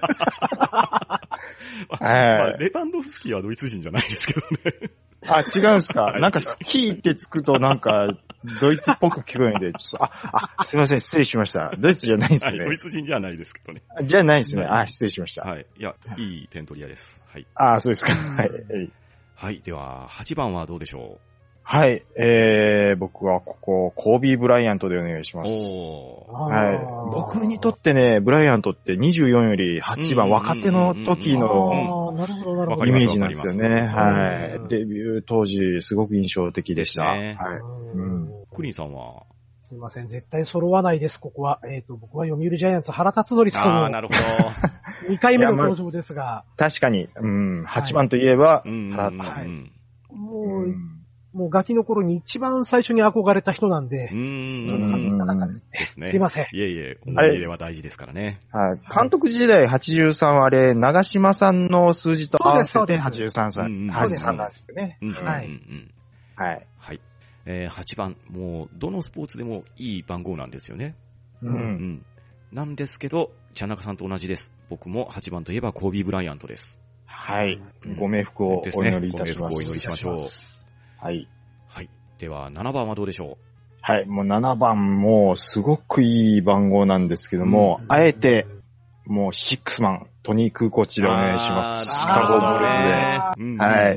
Speaker 3: レバンドフスキーはドイツ人じゃないですけどね。
Speaker 1: 違うんですか。なんかスキーってつくとなんかドイツっぽく聞こえるんで、ちょっとすいません、失礼しました。ドイツじゃないですね。
Speaker 3: ドイツ人じゃないですけどね。
Speaker 1: じゃないですね。失礼しました。
Speaker 3: はい。いや、いい点取り屋です。はい。
Speaker 1: そうですか。はい。
Speaker 3: はい。では、8番はどうでしょう？
Speaker 1: はい。僕はここ、コービー・ブライアントでお願いします。はい。僕にとってね、ブライアントって24より8番、若手の時のイメージなんですよね。はい。デビュー当時、すごく印象的でした。はい。
Speaker 3: クリンさんは？
Speaker 2: すいません、絶対揃わないです、ここは。僕は読売ジャイアンツ原辰徳さんの。
Speaker 3: なるほど。
Speaker 2: 2回目の登場ですが。
Speaker 1: 確かに、8番といえば、原
Speaker 2: 辰もうガキの頃に一番最初に憧れた人なんで。
Speaker 3: ですね。
Speaker 2: すいません。
Speaker 3: いえ、思い入れは大事ですからね。
Speaker 1: はい。監督時代83はあれ、長嶋さんの数字と合わせて83歳。83なんですよね。
Speaker 2: はい。
Speaker 1: はい。
Speaker 3: はい。8番、もう、どのスポーツでもいい番号なんですよね。なんですけど、茶中さんと同じです。僕も8番といえばコービー・ブライアントです。
Speaker 1: はい。ご冥福をお祈りいたします。
Speaker 3: ご冥福をお祈りしましょう。
Speaker 1: はい。
Speaker 3: はい。では、7番はどうでしょう？
Speaker 1: はい。もう7番もすごくいい番号なんですけども、あえて、もうシックスマン、トニー・クーコッチでお願いします。シカゴブルーズで。はい。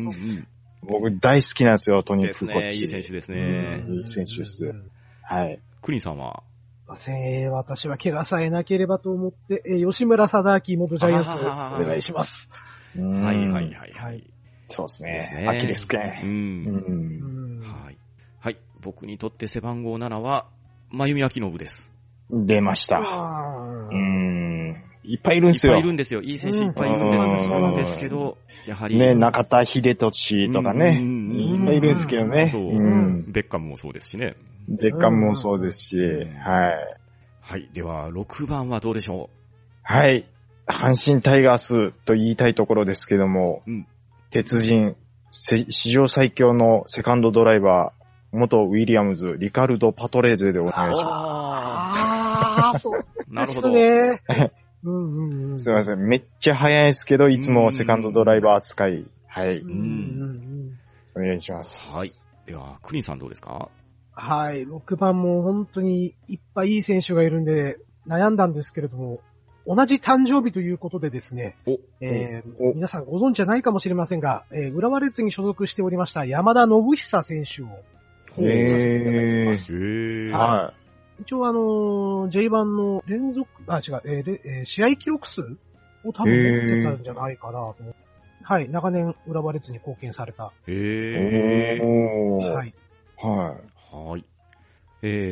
Speaker 1: 僕大好きなんですよ、トニー・クーコッチ。
Speaker 3: いい選手ですね。
Speaker 1: いい選手です。はい。
Speaker 3: クリンさんは？
Speaker 2: 私は怪我さえなければと思って、吉村貞明元ジャイアンツお願いします。
Speaker 3: はい。
Speaker 1: そうですね。アキレス腱。
Speaker 3: はい。はい。僕にとって背番号7は、真弓明信です。
Speaker 1: 出ました。いっぱいいるんですよ。
Speaker 3: いっぱいいるんですよ。いい選手いっぱいいるんです。そうなんですけど、やはり。
Speaker 1: ね、中田秀俊とかね。いいるんですけどね。
Speaker 3: そう、
Speaker 1: うん。
Speaker 3: ベッカムもそうですしね。
Speaker 1: ベッカムもそうですし、はい。
Speaker 3: はい。では、6番はどうでしょ
Speaker 1: はい。阪神タイガースと言いたいところですけども、鉄人、史上最強のセカンドドライバー、元ウィリアムズ、リカルド・パトレーゼでお願いし
Speaker 2: ます。そう。
Speaker 3: なるほど。
Speaker 1: すいません。めっちゃ早いですけど、いつもセカンドドライバー扱い。はい。お願いします。
Speaker 3: はい。では、クリンさんどうですか？
Speaker 2: はい。6番も本当にいっぱいいい選手がいるんで悩んだんですけれども、同じ誕生日ということでですね、皆さんご存知じゃないかもしれませんが、浦和レッズに所属しておりました山田信久選手をさせていただきます。はい。一応J1 の連続、試合記録数を多分持ってたんじゃないかなと思って。はい。長年浦和レッズに貢献された。はい。
Speaker 3: はい。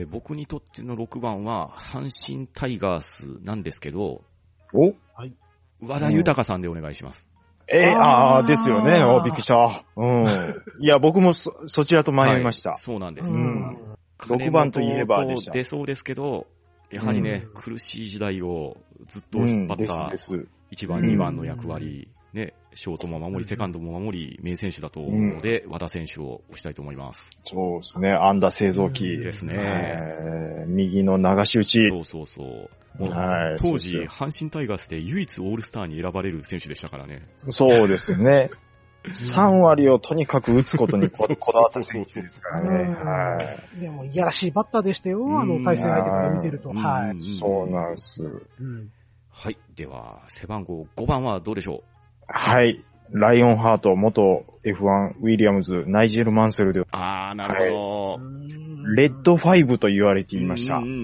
Speaker 3: 僕にとっての6番は、阪神タイガースなんですけど、
Speaker 2: はい。
Speaker 3: 和田豊さんでお願いします。
Speaker 1: ですよね。びっくりした。いや、僕もそちらと迷いました。
Speaker 3: そうなんです。
Speaker 1: 6番といえばでした。
Speaker 3: 出そうですけど、やはりね、苦しい時代をずっと引っ張った1番、2番の役割、ね、ショートも守り、セカンドも守り、名選手だと思うので、和田選手を推したいと思います。
Speaker 1: そうですね。安打製造機。
Speaker 3: ですね。
Speaker 1: 右の流し打ち。
Speaker 3: そう。当時、阪神タイガースで唯一オールスターに選ばれる選手でしたからね。
Speaker 1: そうですね。3割をとにかく打つことにこだわった選手ですからね。
Speaker 2: でも、いやらしいバッターでしたよ。対戦相手から見てると。はい。
Speaker 1: そうなんです。
Speaker 3: はい。では、背番号5番はどうでしょう？
Speaker 1: はい。ライオンハート、元 F1 ウィリアムズ、ナイジェル・マンセルで。
Speaker 3: なるほど。
Speaker 1: レッド5と言われていました。はい。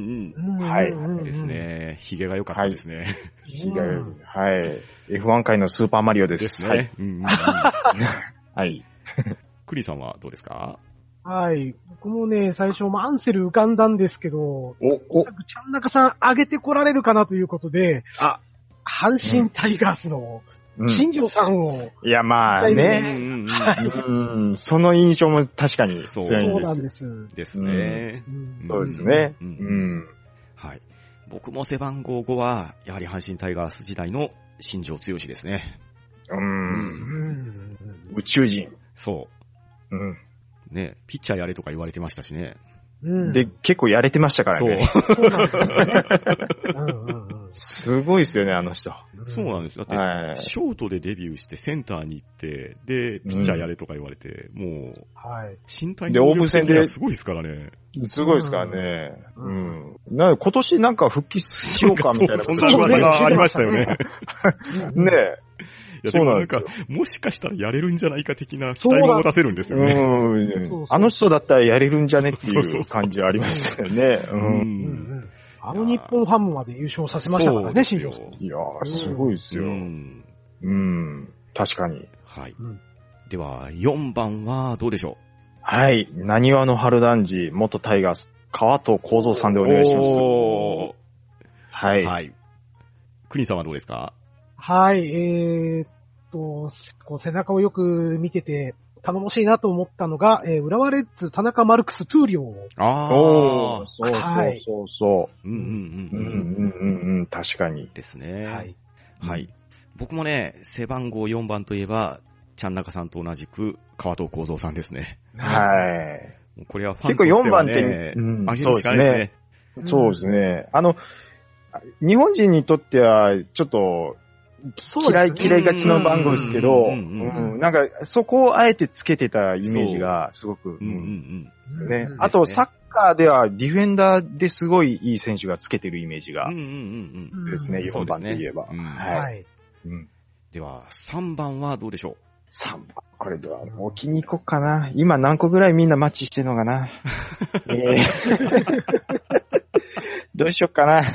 Speaker 3: ですね。ヒゲが良かったですね。
Speaker 1: ヒゲ、はい。F1 界のスーパーマリオです。
Speaker 3: ですね。
Speaker 1: はい。
Speaker 3: クリさんはどうですか？
Speaker 2: はい。僕もね、最初マンセル浮かんだんですけど、ちゃんなかさん上げてこられるかなということで、阪神タイガースの新庄さんを。
Speaker 1: いや、まあね。その印象も確かに強いんです。
Speaker 2: そうなんです。
Speaker 3: ですね。
Speaker 1: そうですね。
Speaker 3: はい。僕も背番号5は、やはり阪神タイガース時代の新庄剛志ですね。
Speaker 1: 宇宙人。
Speaker 3: そう。ね、ピッチャーやれとか言われてましたしね。
Speaker 1: で、結構やれてましたからね。そうなんですね。すごいですよね、あの人。
Speaker 3: そうなんです。だって、ショートでデビューしてセンターに行って、で、ピッチャーやれとか言われて、もう、身体能力的にはすごいですからね。
Speaker 1: すごいですからね。今年なんか復帰しようかみたいな。
Speaker 3: そんな噂がありましたよね。
Speaker 1: ねえ。
Speaker 3: いや、でもなんか、もしかしたらやれるんじゃないか的な期待も持たせるんですよね。
Speaker 1: あの人だったらやれるんじゃねっていう感じはありますよね。
Speaker 2: 日本ハムまで優勝させましたからね、新庄さん。
Speaker 1: いやー、すごいですよ。確かに。
Speaker 3: はい。では、4番はどうでしょう？
Speaker 1: はい。浪速の春団治、元タイガース、川藤幸三さんでお願いします。はい。
Speaker 3: クニさんはどうですか？
Speaker 2: はい、背中をよく見てて、頼もしいなと思ったのが、浦和レッズ、田中マルクス、闘莉王。
Speaker 1: そう。確かに。
Speaker 3: ですね。はい。僕もね、背番号4番といえば、ちゃんなかさんと同じく、川藤幸三さんですね。
Speaker 1: はい。
Speaker 3: これはファンとしてはね、
Speaker 1: 結構4番って、
Speaker 3: あげるしかないですね。
Speaker 1: そうですね。日本人にとっては、ちょっと、嫌いがちの番号ですけど、なんか、そこをあえてつけてたイメージが、すごく、ね。あと、サッカーでは、ディフェンダーですごいいい選手がつけてるイメージが、ですね、4番で言えば。はい。
Speaker 3: では、3番はどうでしょう
Speaker 1: ？3番。これでは、置きに行こうかな。今何個ぐらいみんなマッチしてるのかな。どうしよっかな。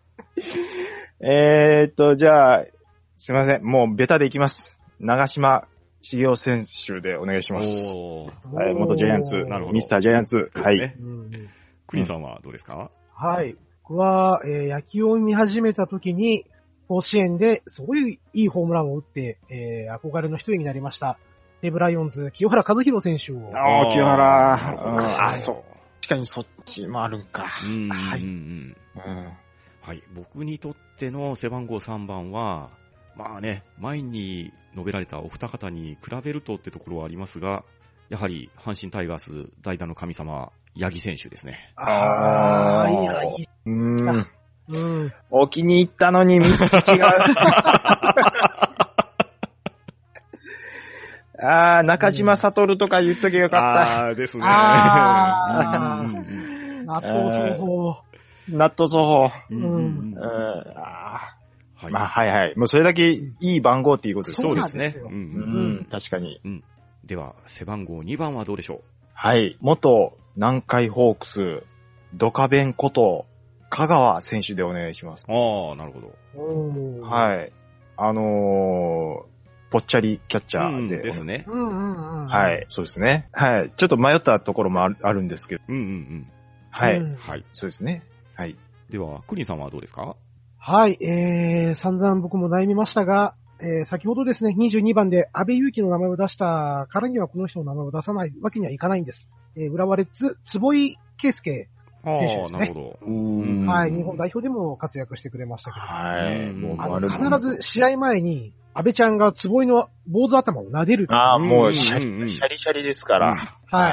Speaker 1: じゃあ、すいません。もうベタでいきます。長嶋茂雄選手でお願いします。はい、元ジャイアンツ、ミスタージャイアンツ。はい。
Speaker 3: クリンさんはどうですか？
Speaker 2: はい。僕は、野球を見始めた時に、甲子園ですごいいいホームランを打って、憧れの一人になりました。 西武ライオンズ、清原和博選手を。
Speaker 1: ああ、清原。
Speaker 2: はい
Speaker 1: そう。確かにそっちもあるんか。
Speaker 2: はい
Speaker 3: はい。僕にとっての背番号3番は、まあね、前に述べられたお二方に比べるとってところはありますが、やはり阪神タイガース代打の神様、八木選手ですね。
Speaker 2: ああ、いや、いい。
Speaker 1: お気に入ったのに3つ違う。ああ、中島悟とか言っとけよかった。
Speaker 3: ああ、ですね。
Speaker 2: 納豆奏法。
Speaker 1: 納豆奏法。
Speaker 3: はい。
Speaker 1: まあ、はいはい。もうそれだけいい番号っていうことですね。
Speaker 2: そうですね。
Speaker 1: 確かに。
Speaker 3: では、背番号2番はどうでしょう？
Speaker 1: はい。元南海ホークス、ドカベンこと香川選手でお願いします。
Speaker 3: ああ、なるほど。
Speaker 1: はい。ぽっちゃりキャッチャーで。
Speaker 3: ですね。
Speaker 1: はい。そうですね。はい。ちょっと迷ったところもあるんですけど。はい。
Speaker 3: はい。
Speaker 1: そうですね。はい。
Speaker 3: では、クリンさんはどうですか？
Speaker 2: はい。散々僕も悩みましたが、先ほどですね、22番で安倍祐希の名前を出したからにはこの人の名前を出さないわけにはいかないんです。浦和レッズ、坪井圭介選手ですね。
Speaker 3: なるほど。
Speaker 2: はい。日本代表でも活躍してくれましたけど。
Speaker 1: はい。
Speaker 2: 必ず試合前に、安倍ちゃんが坪井の坊主頭を撫でる。
Speaker 1: ああ、もうシャリシャリですから。
Speaker 2: はい。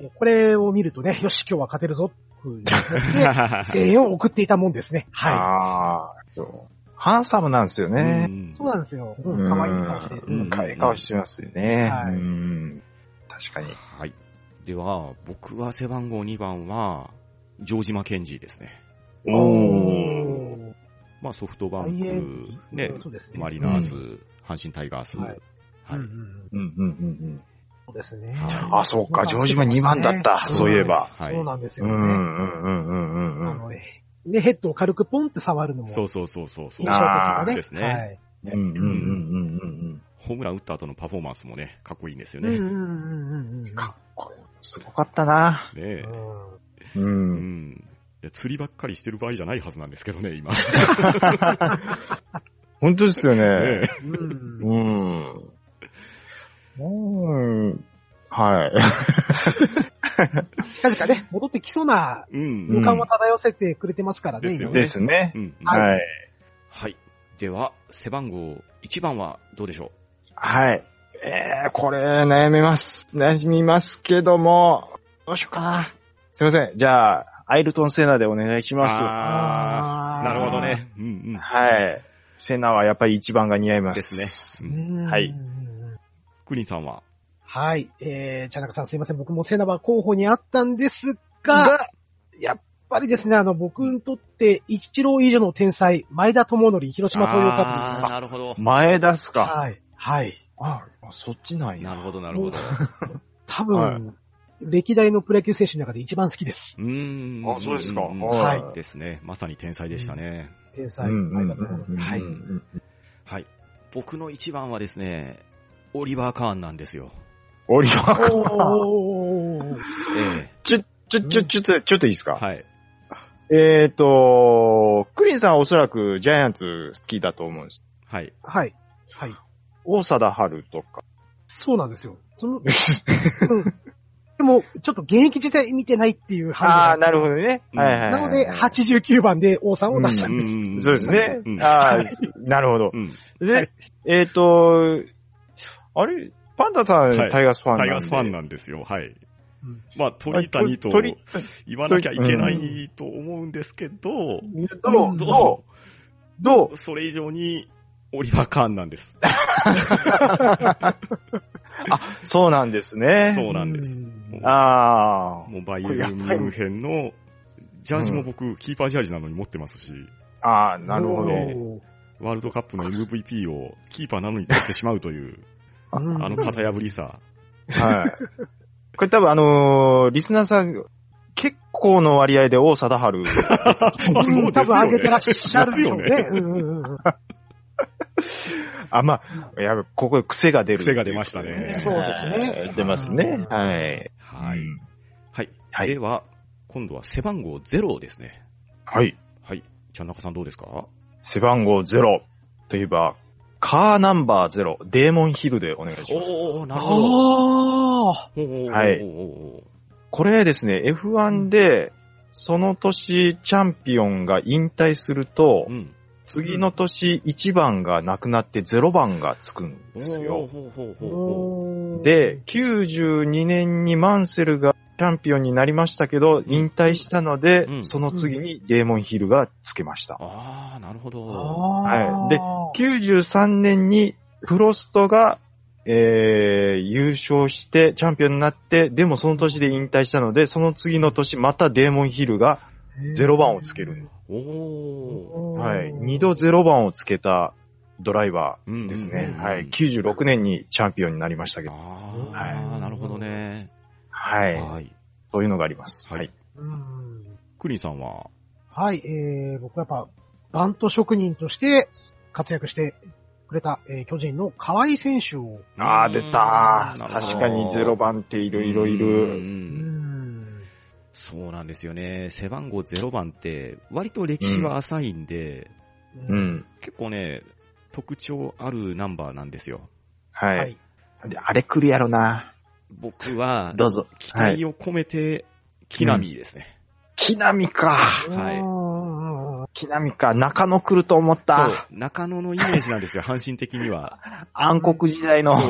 Speaker 2: これを見るとね、よし、今日は勝てるぞ、という声援を送っていたもんですね。はい。
Speaker 1: ああ、そう。ハンサムなんですよね。
Speaker 2: そうなんですよ。可愛い顔してる。
Speaker 1: 可愛い顔してますよね。
Speaker 2: はい。
Speaker 1: 確かに。
Speaker 3: はい。では、僕は背番号2番は、城島健二ですね。まあソフトバンク、ね、マリナーズ、阪神タイガース。はい。
Speaker 2: そうですね。
Speaker 1: あ、そうか、城島2番だった。そういえば。
Speaker 2: そうなんですよね。で、ヘッドを軽くポンって触るのも。
Speaker 3: そう。
Speaker 2: 印象的なね。
Speaker 3: ですね。はい。ホームラン打った後のパフォーマンスもね、かっこいいんですよね。
Speaker 1: かっこいい。すごかったな。
Speaker 3: ねえ。いや、釣りばっかりしてる場合じゃないはずなんですけどね、今。
Speaker 1: 本当ですよね。はい。
Speaker 2: 近々ね、戻ってきそうな予感は漂わせてくれてますからね。
Speaker 1: ですね。
Speaker 3: はい。はい。では、背番号1番はどうでしょう？
Speaker 1: はい。これ悩みますけども、どうしようかな。すいません。じゃあ、アイルトン・セナでお願いします。
Speaker 3: なるほどね。
Speaker 1: はい。セナはやっぱり1番が似合います。
Speaker 3: ですね。
Speaker 1: はい。
Speaker 3: クリンさんは？
Speaker 2: はい。チャナカさんすいません。僕もセナは候補にあったんですが、やっぱりですね、僕にとって一郎以上の天才、前田智則、広島東洋カップですか。
Speaker 3: なるほど。
Speaker 1: 前田っすか。
Speaker 2: はい。はい。
Speaker 1: そっちなんや。
Speaker 3: なるほど、なるほど。
Speaker 2: 多分、歴代のプロ野球選手の中で一番好きです。
Speaker 1: そうですか。
Speaker 3: はい。ですね。まさに天才でしたね。
Speaker 2: 天才、前田智則。はい。
Speaker 3: はい。僕の一番はですね、オリバー・カーンなんですよ。
Speaker 1: オリバー・カーン。ちょっといいですか？
Speaker 3: はい。
Speaker 1: クリンさんはおそらくジャイアンツ好きだと思うんです。
Speaker 3: はい。
Speaker 2: はい。はい。
Speaker 1: 大貞治とか。
Speaker 2: そうなんですよ。でも、ちょっと現役時代見てないっていう
Speaker 1: 話。なるほどね。
Speaker 2: なので、89番で王さんを出したんです。
Speaker 1: そうですね。なるほど。で、あれパンダさん、タイガースファンなんで。
Speaker 3: タイガースファンなんですよ。はい。まあ、鳥谷と言わなきゃいけないと思うんですけど、
Speaker 1: どう
Speaker 3: それ以上に、オリバー・カーンなんです。
Speaker 1: そうなんですね。
Speaker 3: そうなんです。もうバイエルン・ミュンヘンのジャージも僕、キーパージャージなのに持ってますし。
Speaker 1: なるほど。
Speaker 3: ワールドカップの MVP をキーパーなのに取ってしまうという、型破りさ。
Speaker 1: はい。これ多分リスナーさん、結構の割合で王貞治。
Speaker 2: 多分上げてらっしゃるでしょうね。
Speaker 1: いや、ここで癖が出る。
Speaker 3: 癖が出ましたね。
Speaker 2: そうですね。
Speaker 1: 出ますね。はい。
Speaker 3: はい。では、今度は背番号0ですね。
Speaker 1: はい。
Speaker 3: はい。ちゃんなかさんどうですか？
Speaker 1: 背番号0といえば、 カーナンバー0、デーモンヒルでお願いします。
Speaker 3: おー、なるほど。
Speaker 1: はい。これですね、F1 で、その年チャンピオンが引退すると、うん、次の年1番がなくなって0番がつくんですよ。で、92年にマンセルがチャンピオンになりましたけど、引退したので、うん、その次にデーモンヒルがつけました。
Speaker 3: ああ、なるほど。
Speaker 1: はい。で、93年にフロストが、優勝してチャンピオンになって、でもその年で引退したので、その次の年またデーモンヒルが0番をつける。はい。2度0番をつけたドライバーですね。はい。96年にチャンピオンになりましたけど。
Speaker 3: はい。なるほどね。
Speaker 1: はい。はい。そういうのがあります。はい。
Speaker 3: クリンさんは？
Speaker 2: はい。僕はやっぱ、バント職人として活躍してくれた、巨人の河合選手を。
Speaker 1: ああ、出た。確かに0番っていろいろいる。
Speaker 3: そうなんですよね。背番号0番って割と歴史は浅いんで、結構ね、特徴あるナンバーなんですよ。
Speaker 1: はい。であれ来るやろな。
Speaker 3: 僕は、
Speaker 1: どうぞ。
Speaker 3: 期待を込めて、木浪ですね。
Speaker 1: 木浪か。
Speaker 3: はい。
Speaker 1: 木浪か。中野来ると思った。
Speaker 3: そう。中野のイメージなんですよ、阪神的には。
Speaker 1: 暗黒時代の。
Speaker 3: そう。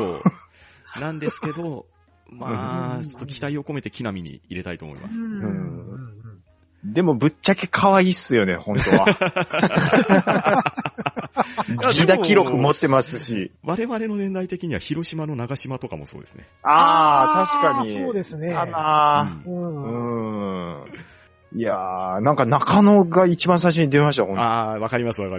Speaker 3: なんですけど、まあ、ちょっと期待を込めて木浪に入れたいと思います。
Speaker 1: でもぶっちゃけ可愛いっすよね、本当は。ギダ記録持ってますし。
Speaker 3: 我々の年代的には広島の長島とかもそうですね。
Speaker 1: ああ、確かに。
Speaker 2: そうですね。
Speaker 1: いやー、なんか中野が一番最初に出ました、
Speaker 3: ああ、わかります。はい。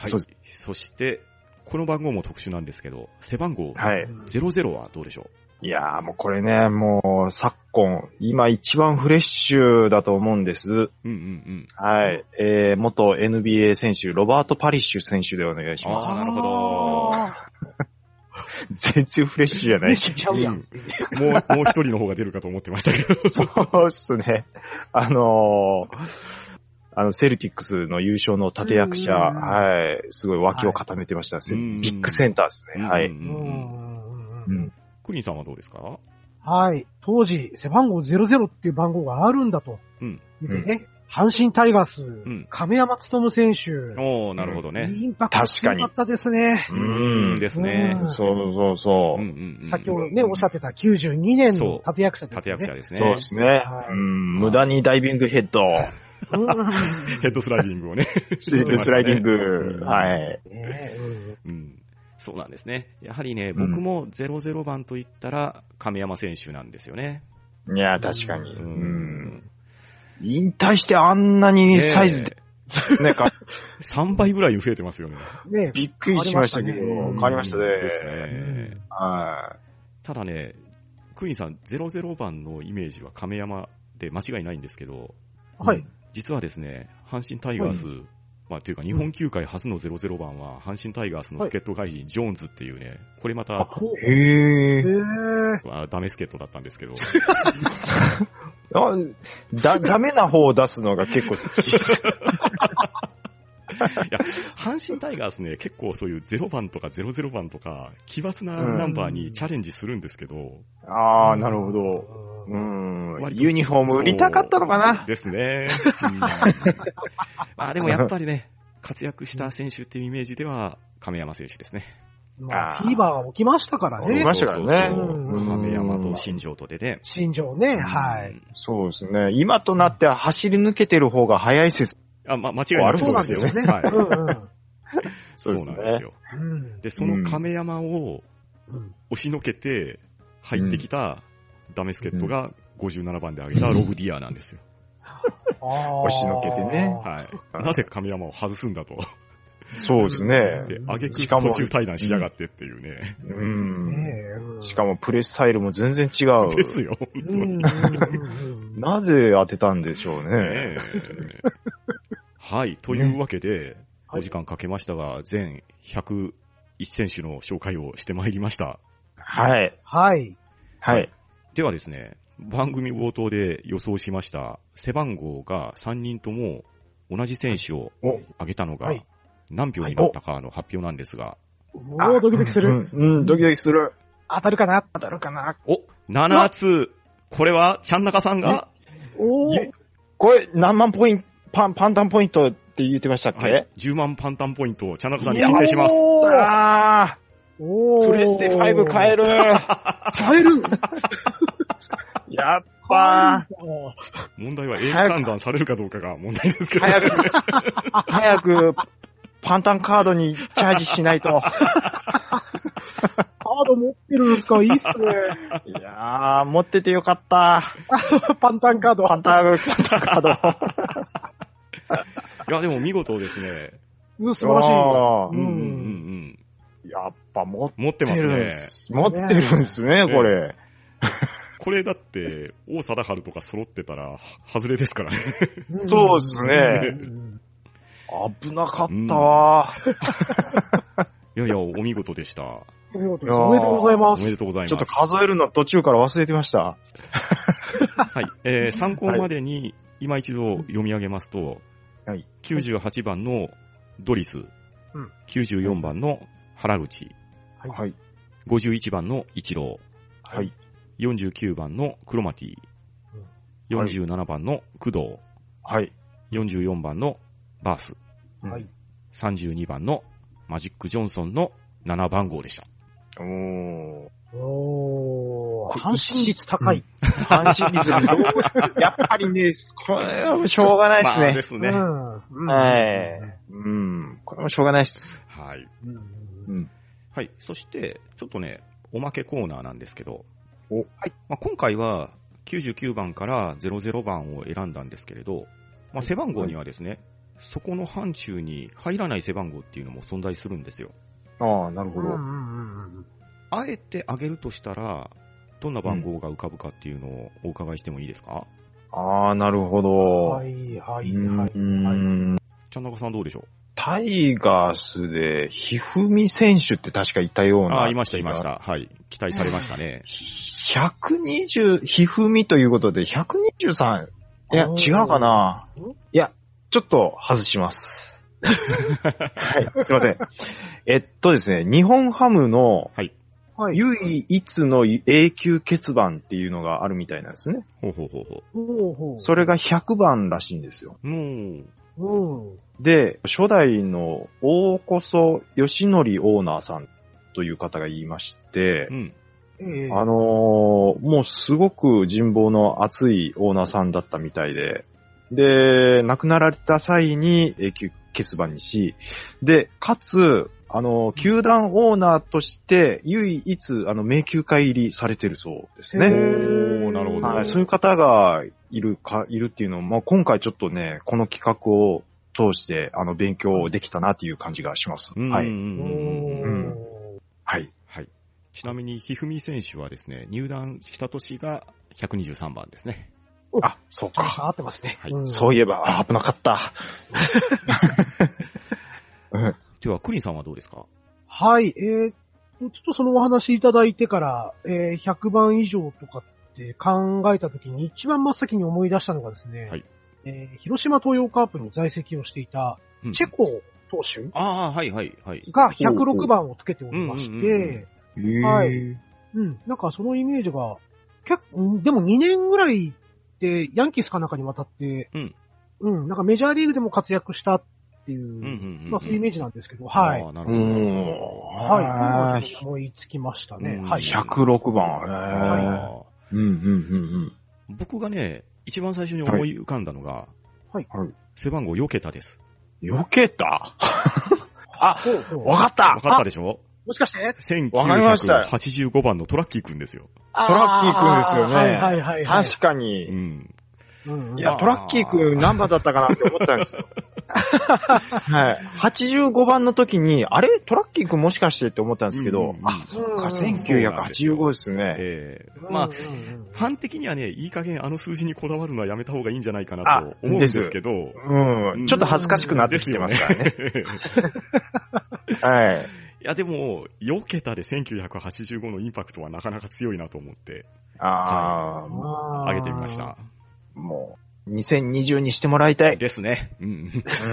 Speaker 3: そして、この番号も特殊なんですけど、背番号00はどうでしょう？
Speaker 1: いやーもうこれね、もう昨今、今一番フレッシュだと思うんです。はい。元 NBA 選手、ロバート・パリッシュ選手でお願いします。
Speaker 3: なるほど。
Speaker 1: 全然フレッシュじゃない。
Speaker 2: ちゃうやん。
Speaker 3: もう一人の方が出るかと思ってましたけど。
Speaker 1: そうっすね。セルティックスの優勝の立役者、はい。すごい脇を固めてました。ビッグセンターですね。はい。
Speaker 3: クリンさんはどうですか？
Speaker 2: はい。当時、背番号00っていう番号があるんだと。見てね。阪神タイガース、亀山勉選手。
Speaker 3: おー、なるほどね。
Speaker 2: インパクト強かったですね。
Speaker 3: ですね。
Speaker 1: そう。
Speaker 2: 先ほどね、おっしゃってた92年の立役者ですね。
Speaker 3: 立役者ですね。
Speaker 1: そうですね。無駄にダイビングヘッド。
Speaker 3: ヘッドスライディングをね。
Speaker 1: ヘッドスライディング。はい。
Speaker 3: そうなんですね。やはりね、僕も00番と言ったら亀山選手なんですよね。
Speaker 1: いや、確かに。引退してあんなにサイズで、
Speaker 3: なんか、3倍ぐらい増えてますよね。
Speaker 1: びっくりしましたけど、変わりましたね。
Speaker 3: ですね。ただね、クイーンさん、00番のイメージは亀山で間違いないんですけど、実はですね、阪神タイガース、まあ、というか日本球界初の00番は、阪神タイガースの助っ人外人、ジョーンズっていうね、これまた、ダメ助っ人だったんですけど。
Speaker 1: ダメな方を出すのが結構好きです。
Speaker 3: いや、阪神タイガースね、結構そういう0番とか00番とか、奇抜なナンバーにチャレンジするんですけど。
Speaker 1: ああ、なるほど。ユニフォーム売りたかったのかな
Speaker 3: ですね。まあでもやっぱりね、活躍した選手っていうイメージでは、亀山選手ですね。
Speaker 2: まあ、フィーバーが起きましたからね。
Speaker 1: 起きましたからね。
Speaker 3: 亀山と新庄とでね。
Speaker 2: 新庄ね、はい。
Speaker 1: そうですね。今となっては走り抜けてる方が早い説。
Speaker 3: 間違いない。
Speaker 2: そうなんですよね。
Speaker 3: そうなんですよ。で、その亀山を押しのけて入ってきたダメ助っ人が57番で挙げたロブ・ディアなんですよ。
Speaker 1: 押しのけてね。
Speaker 3: はい。なぜ亀山を外すんだと。
Speaker 1: そうですね。
Speaker 3: で、挙句途中退団しやがってっていうね。
Speaker 1: しかもプレースタイルも全然違う。
Speaker 3: ですよ。
Speaker 1: なぜ当てたんでしょうね。
Speaker 3: はい。というわけで、お時間かけましたが、全101選手の紹介をしてまいりました。
Speaker 1: はい。
Speaker 3: ではですね、番組冒頭で予想しました背番号が3人とも同じ選手を挙げたのが、 何票になったかの発表なんですが。
Speaker 2: おー、ドキドキする。
Speaker 1: ドキドキする。
Speaker 2: 当たるかな。
Speaker 1: 当たるかな。
Speaker 3: お、7つ。これは、ちゃんなかさんが、
Speaker 2: おー。
Speaker 1: これ、何万ポイント、パンタンポイントって言ってましたっけ？
Speaker 3: はい、10万パンタンポイントをちゃんなかさんに申請します。
Speaker 1: あ
Speaker 2: おー。
Speaker 1: プレステ5買える。
Speaker 2: 買える。
Speaker 1: やった
Speaker 3: 問題は円換算されるかどうかが問題ですけど。
Speaker 1: 早く、パンタンカードにチャージしないと。
Speaker 2: カード持ってるんですか？いいっすね。
Speaker 1: いやー、持っててよかった。
Speaker 2: パンタンカード。
Speaker 1: パンタンカード。
Speaker 3: いや、でも見事ですね。
Speaker 2: 素晴らしい。
Speaker 1: やっぱ持
Speaker 3: ってますね。
Speaker 1: 持ってるんですね、これ。
Speaker 3: これだって、王貞治とか揃ってたら、外れですからね。
Speaker 1: そうですね。危なかったわ。
Speaker 3: いやいや、お見事でした。
Speaker 2: おめでとうございます。
Speaker 3: おめでとうございます。
Speaker 1: ちょっと数えるの途中から忘れてました。
Speaker 3: はい。参考までに、今一度読み上げますと、
Speaker 1: はい、
Speaker 3: 98番のドリス、94番の原口、
Speaker 1: はい、
Speaker 3: 51番のイチロ
Speaker 1: ー、はい、
Speaker 3: 49番のクロマティ、47番の工藤、
Speaker 1: はい、
Speaker 3: 44番のバース、
Speaker 2: はい、
Speaker 3: 32番のマジック・ジョンソンの7番号でした。
Speaker 2: おー、安心率高い。
Speaker 1: 安心率やっぱりね、これはしょうがないですね。
Speaker 3: まあですね。
Speaker 1: はい。これもしょうがないです。
Speaker 3: はい。はい。そして、ちょっとね、おまけコーナーなんですけど、
Speaker 1: はい。
Speaker 3: 今回は99番から00番を選んだんですけれど、背番号にはですね、そこの範疇に入らない背番号っていうのも存在するんですよ。
Speaker 1: ああ、なるほど。
Speaker 3: あえて挙げるとしたら、どんな番号が浮かぶかっていうのをお伺いしてもいいですか？
Speaker 1: ああ、なるほど。
Speaker 2: はい。
Speaker 3: ちゃんなかさんどうでしょう？
Speaker 1: タイガースで、ひふみ選手って確かいたような。
Speaker 3: いました。はい。期待されましたね。
Speaker 1: 120、ひふみということで、123。いや、違うかな。いや、ちょっと外します。はい、すいません。ですね、日本ハムの、唯一の永久欠番っていうのがあるみたいなんですね。それが100番らしいんですよ。で、初代の大こそ義則オーナーさんという方が言いまして、もうすごく人望の厚いオーナーさんだったみたいで、で、亡くなられた際に永久欠番にし、で、かつ、球団オーナーとして唯一、名球会入りされてるそうですね。
Speaker 3: なるほど。
Speaker 1: そういう方がいるっていうのも、今回ちょっとね、この企画を通して、勉強できたなっていう感じがします。はい。はい。
Speaker 3: はい。ちなみに、ひふみ選手はですね、入団した年が123番ですね。
Speaker 1: あ、そうか。
Speaker 2: 合ってますね。
Speaker 1: はい。そういえば、危なかった。
Speaker 3: では、クリンさんはどうですか？
Speaker 2: はい。ちょっとそのお話いただいてから、100番以上とかって考えたときに一番真っ先に思い出したのがですね、広島東洋カープに在籍をしていたチェコ投手が106番をつけておりまして、なんかそのイメージが、でも2年ぐらいでヤンキースかなんかに渡って、なんかメジャーリーグでも活躍したっていう、そういうイメージなんですけど、はい。
Speaker 3: なるほど。
Speaker 2: はい。思いつきましたね。はい。
Speaker 1: 106番。
Speaker 3: 僕がね、一番最初に思い浮かんだのが、背番号4桁です。
Speaker 1: 4桁あ、わかった。
Speaker 3: わかったでしょ？
Speaker 2: もしかして
Speaker 3: 1985番のトラッキーくんですよ。
Speaker 1: トラッキーくんですよね。確かに。いや、トラッキーくん何番だったかなって思ったんですよ。はい。85番の時に、あれトラッキーくんもしかしてって思ったんですけど、そっか、1985ですね。
Speaker 3: まあ、ファン的にはね、いい加減数字にこだわるのはやめた方がいいんじゃないかなと思うんですけど、
Speaker 1: ちょっと恥ずかしくなってきてますからね。はい。
Speaker 3: いや、でも、4桁で1985のインパクトはなかなか強いなと思って、上げてみました。
Speaker 1: も 2020にしてもらいたい。
Speaker 3: ですね。うん。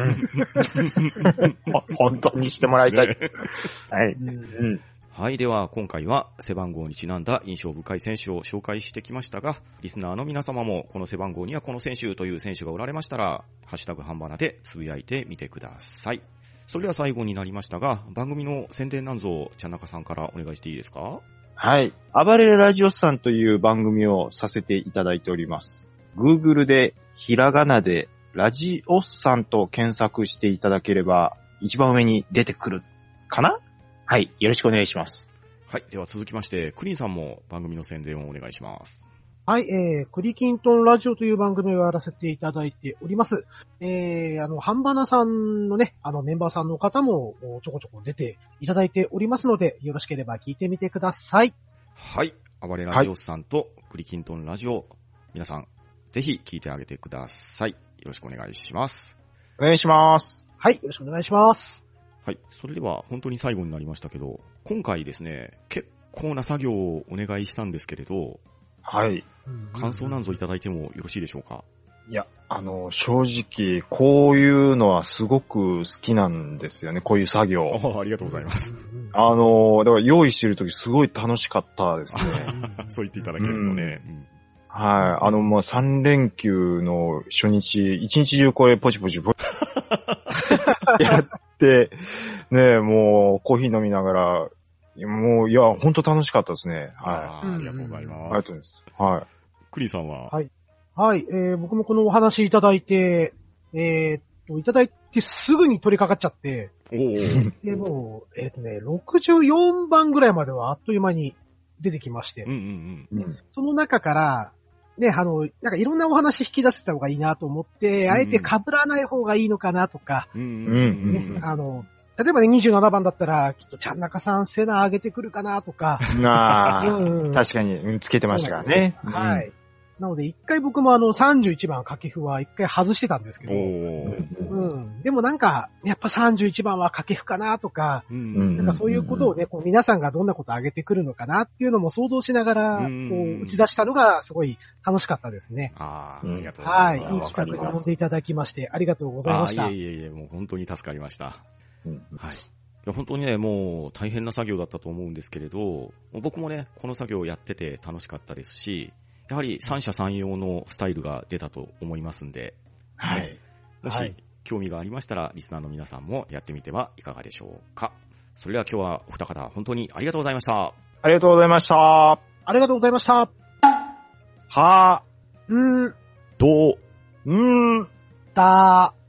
Speaker 1: 本当にしてもらいたい。はい。
Speaker 3: はい。では、今回は背番号にちなんだ印象深い選手を紹介してきましたが、リスナーの皆様もこの背番号にはこの選手という選手がおられましたら、ハッシュタグハンバナでつぶやいてみてください。それでは最後になりましたが、番組の宣伝なんぞ、ちゃんなかさんからお願いしていいですか？
Speaker 1: はい。暴れるラジオスさんという番組をさせていただいております。Google でひらがなでラジオスさんと検索していただければ一番上に出てくるかな？はい。よろしくお願いします。
Speaker 3: はい。では続きまして、クリンさんも番組の宣伝をお願いします。
Speaker 2: はい、クリキントンラジオという番組をやらせていただいております。ハンバナさんのね、メンバーさんの方もちょこちょこ出ていただいておりますので、よろしければ聞いてみてください。
Speaker 3: はい。暴れラジオスさんとクリキントンラジオ、皆さん、ぜひ聞いてあげてください。よろしくお願いします。
Speaker 1: お願いします。
Speaker 2: はい、よろしくお願いします。
Speaker 3: はい。それでは本当に最後になりましたけど、今回ですね、結構な作業をお願いしたんですけれど、
Speaker 1: はい。
Speaker 3: 感想なんぞいただいてもよろしいでしょうか？
Speaker 1: いや、正直、こういうのはすごく好きなんですよね、こういう作業。
Speaker 3: ありがとうございます。
Speaker 1: だから用意してるときすごい楽しかったですね。
Speaker 3: そう言っていただけるとね。
Speaker 1: はい。3連休の初日、一日中これポチポチやって、ね、もうコーヒー飲みながら、もう、いや、ほんと楽しかったですね。
Speaker 3: はい。ありがとうございます。
Speaker 1: ありがとうございます。はい。
Speaker 3: クリーさんは？
Speaker 2: はい。はい。僕もこのお話いただいて、いただいてすぐに取り掛かっちゃって、で、もう、64番ぐらいまではあっという間に出てきまして、その中から、ね、なんかいろんなお話引き出せた方がいいなと思って、あえて被らない方がいいのかなとか、例えばね、27番だったら、きっとちゃんなかさんセナ上げてくるかなとか。
Speaker 1: 確かに、つけてましたからね。
Speaker 2: はい。なので、一回僕も31番掛布は一回外してたんですけど、でもなんか、やっぱ31番は掛布かなとか、なんかそういうことをね、こう皆さんがどんなことを上げてくるのかなっていうのも想像しながら、こう打ち出したのがすごい楽しかったですね。
Speaker 3: ありがとうございます。
Speaker 2: はい。いい企画に呼んでいただきまして、ありがとうございました。
Speaker 3: いえ、もう本当に助かりました。はい。いや本当にね、もう大変な作業だったと思うんですけれど、僕もね、この作業をやってて楽しかったですし、やはり三者三様のスタイルが出たと思いますんで、
Speaker 1: はい。
Speaker 3: もし興味がありましたら、リスナーの皆さんもやってみてはいかがでしょうか。それでは今日はお二方、本当にありがとうございました。
Speaker 1: ありがとうございました。
Speaker 2: ありがとうございました。
Speaker 1: は
Speaker 3: ど
Speaker 2: だ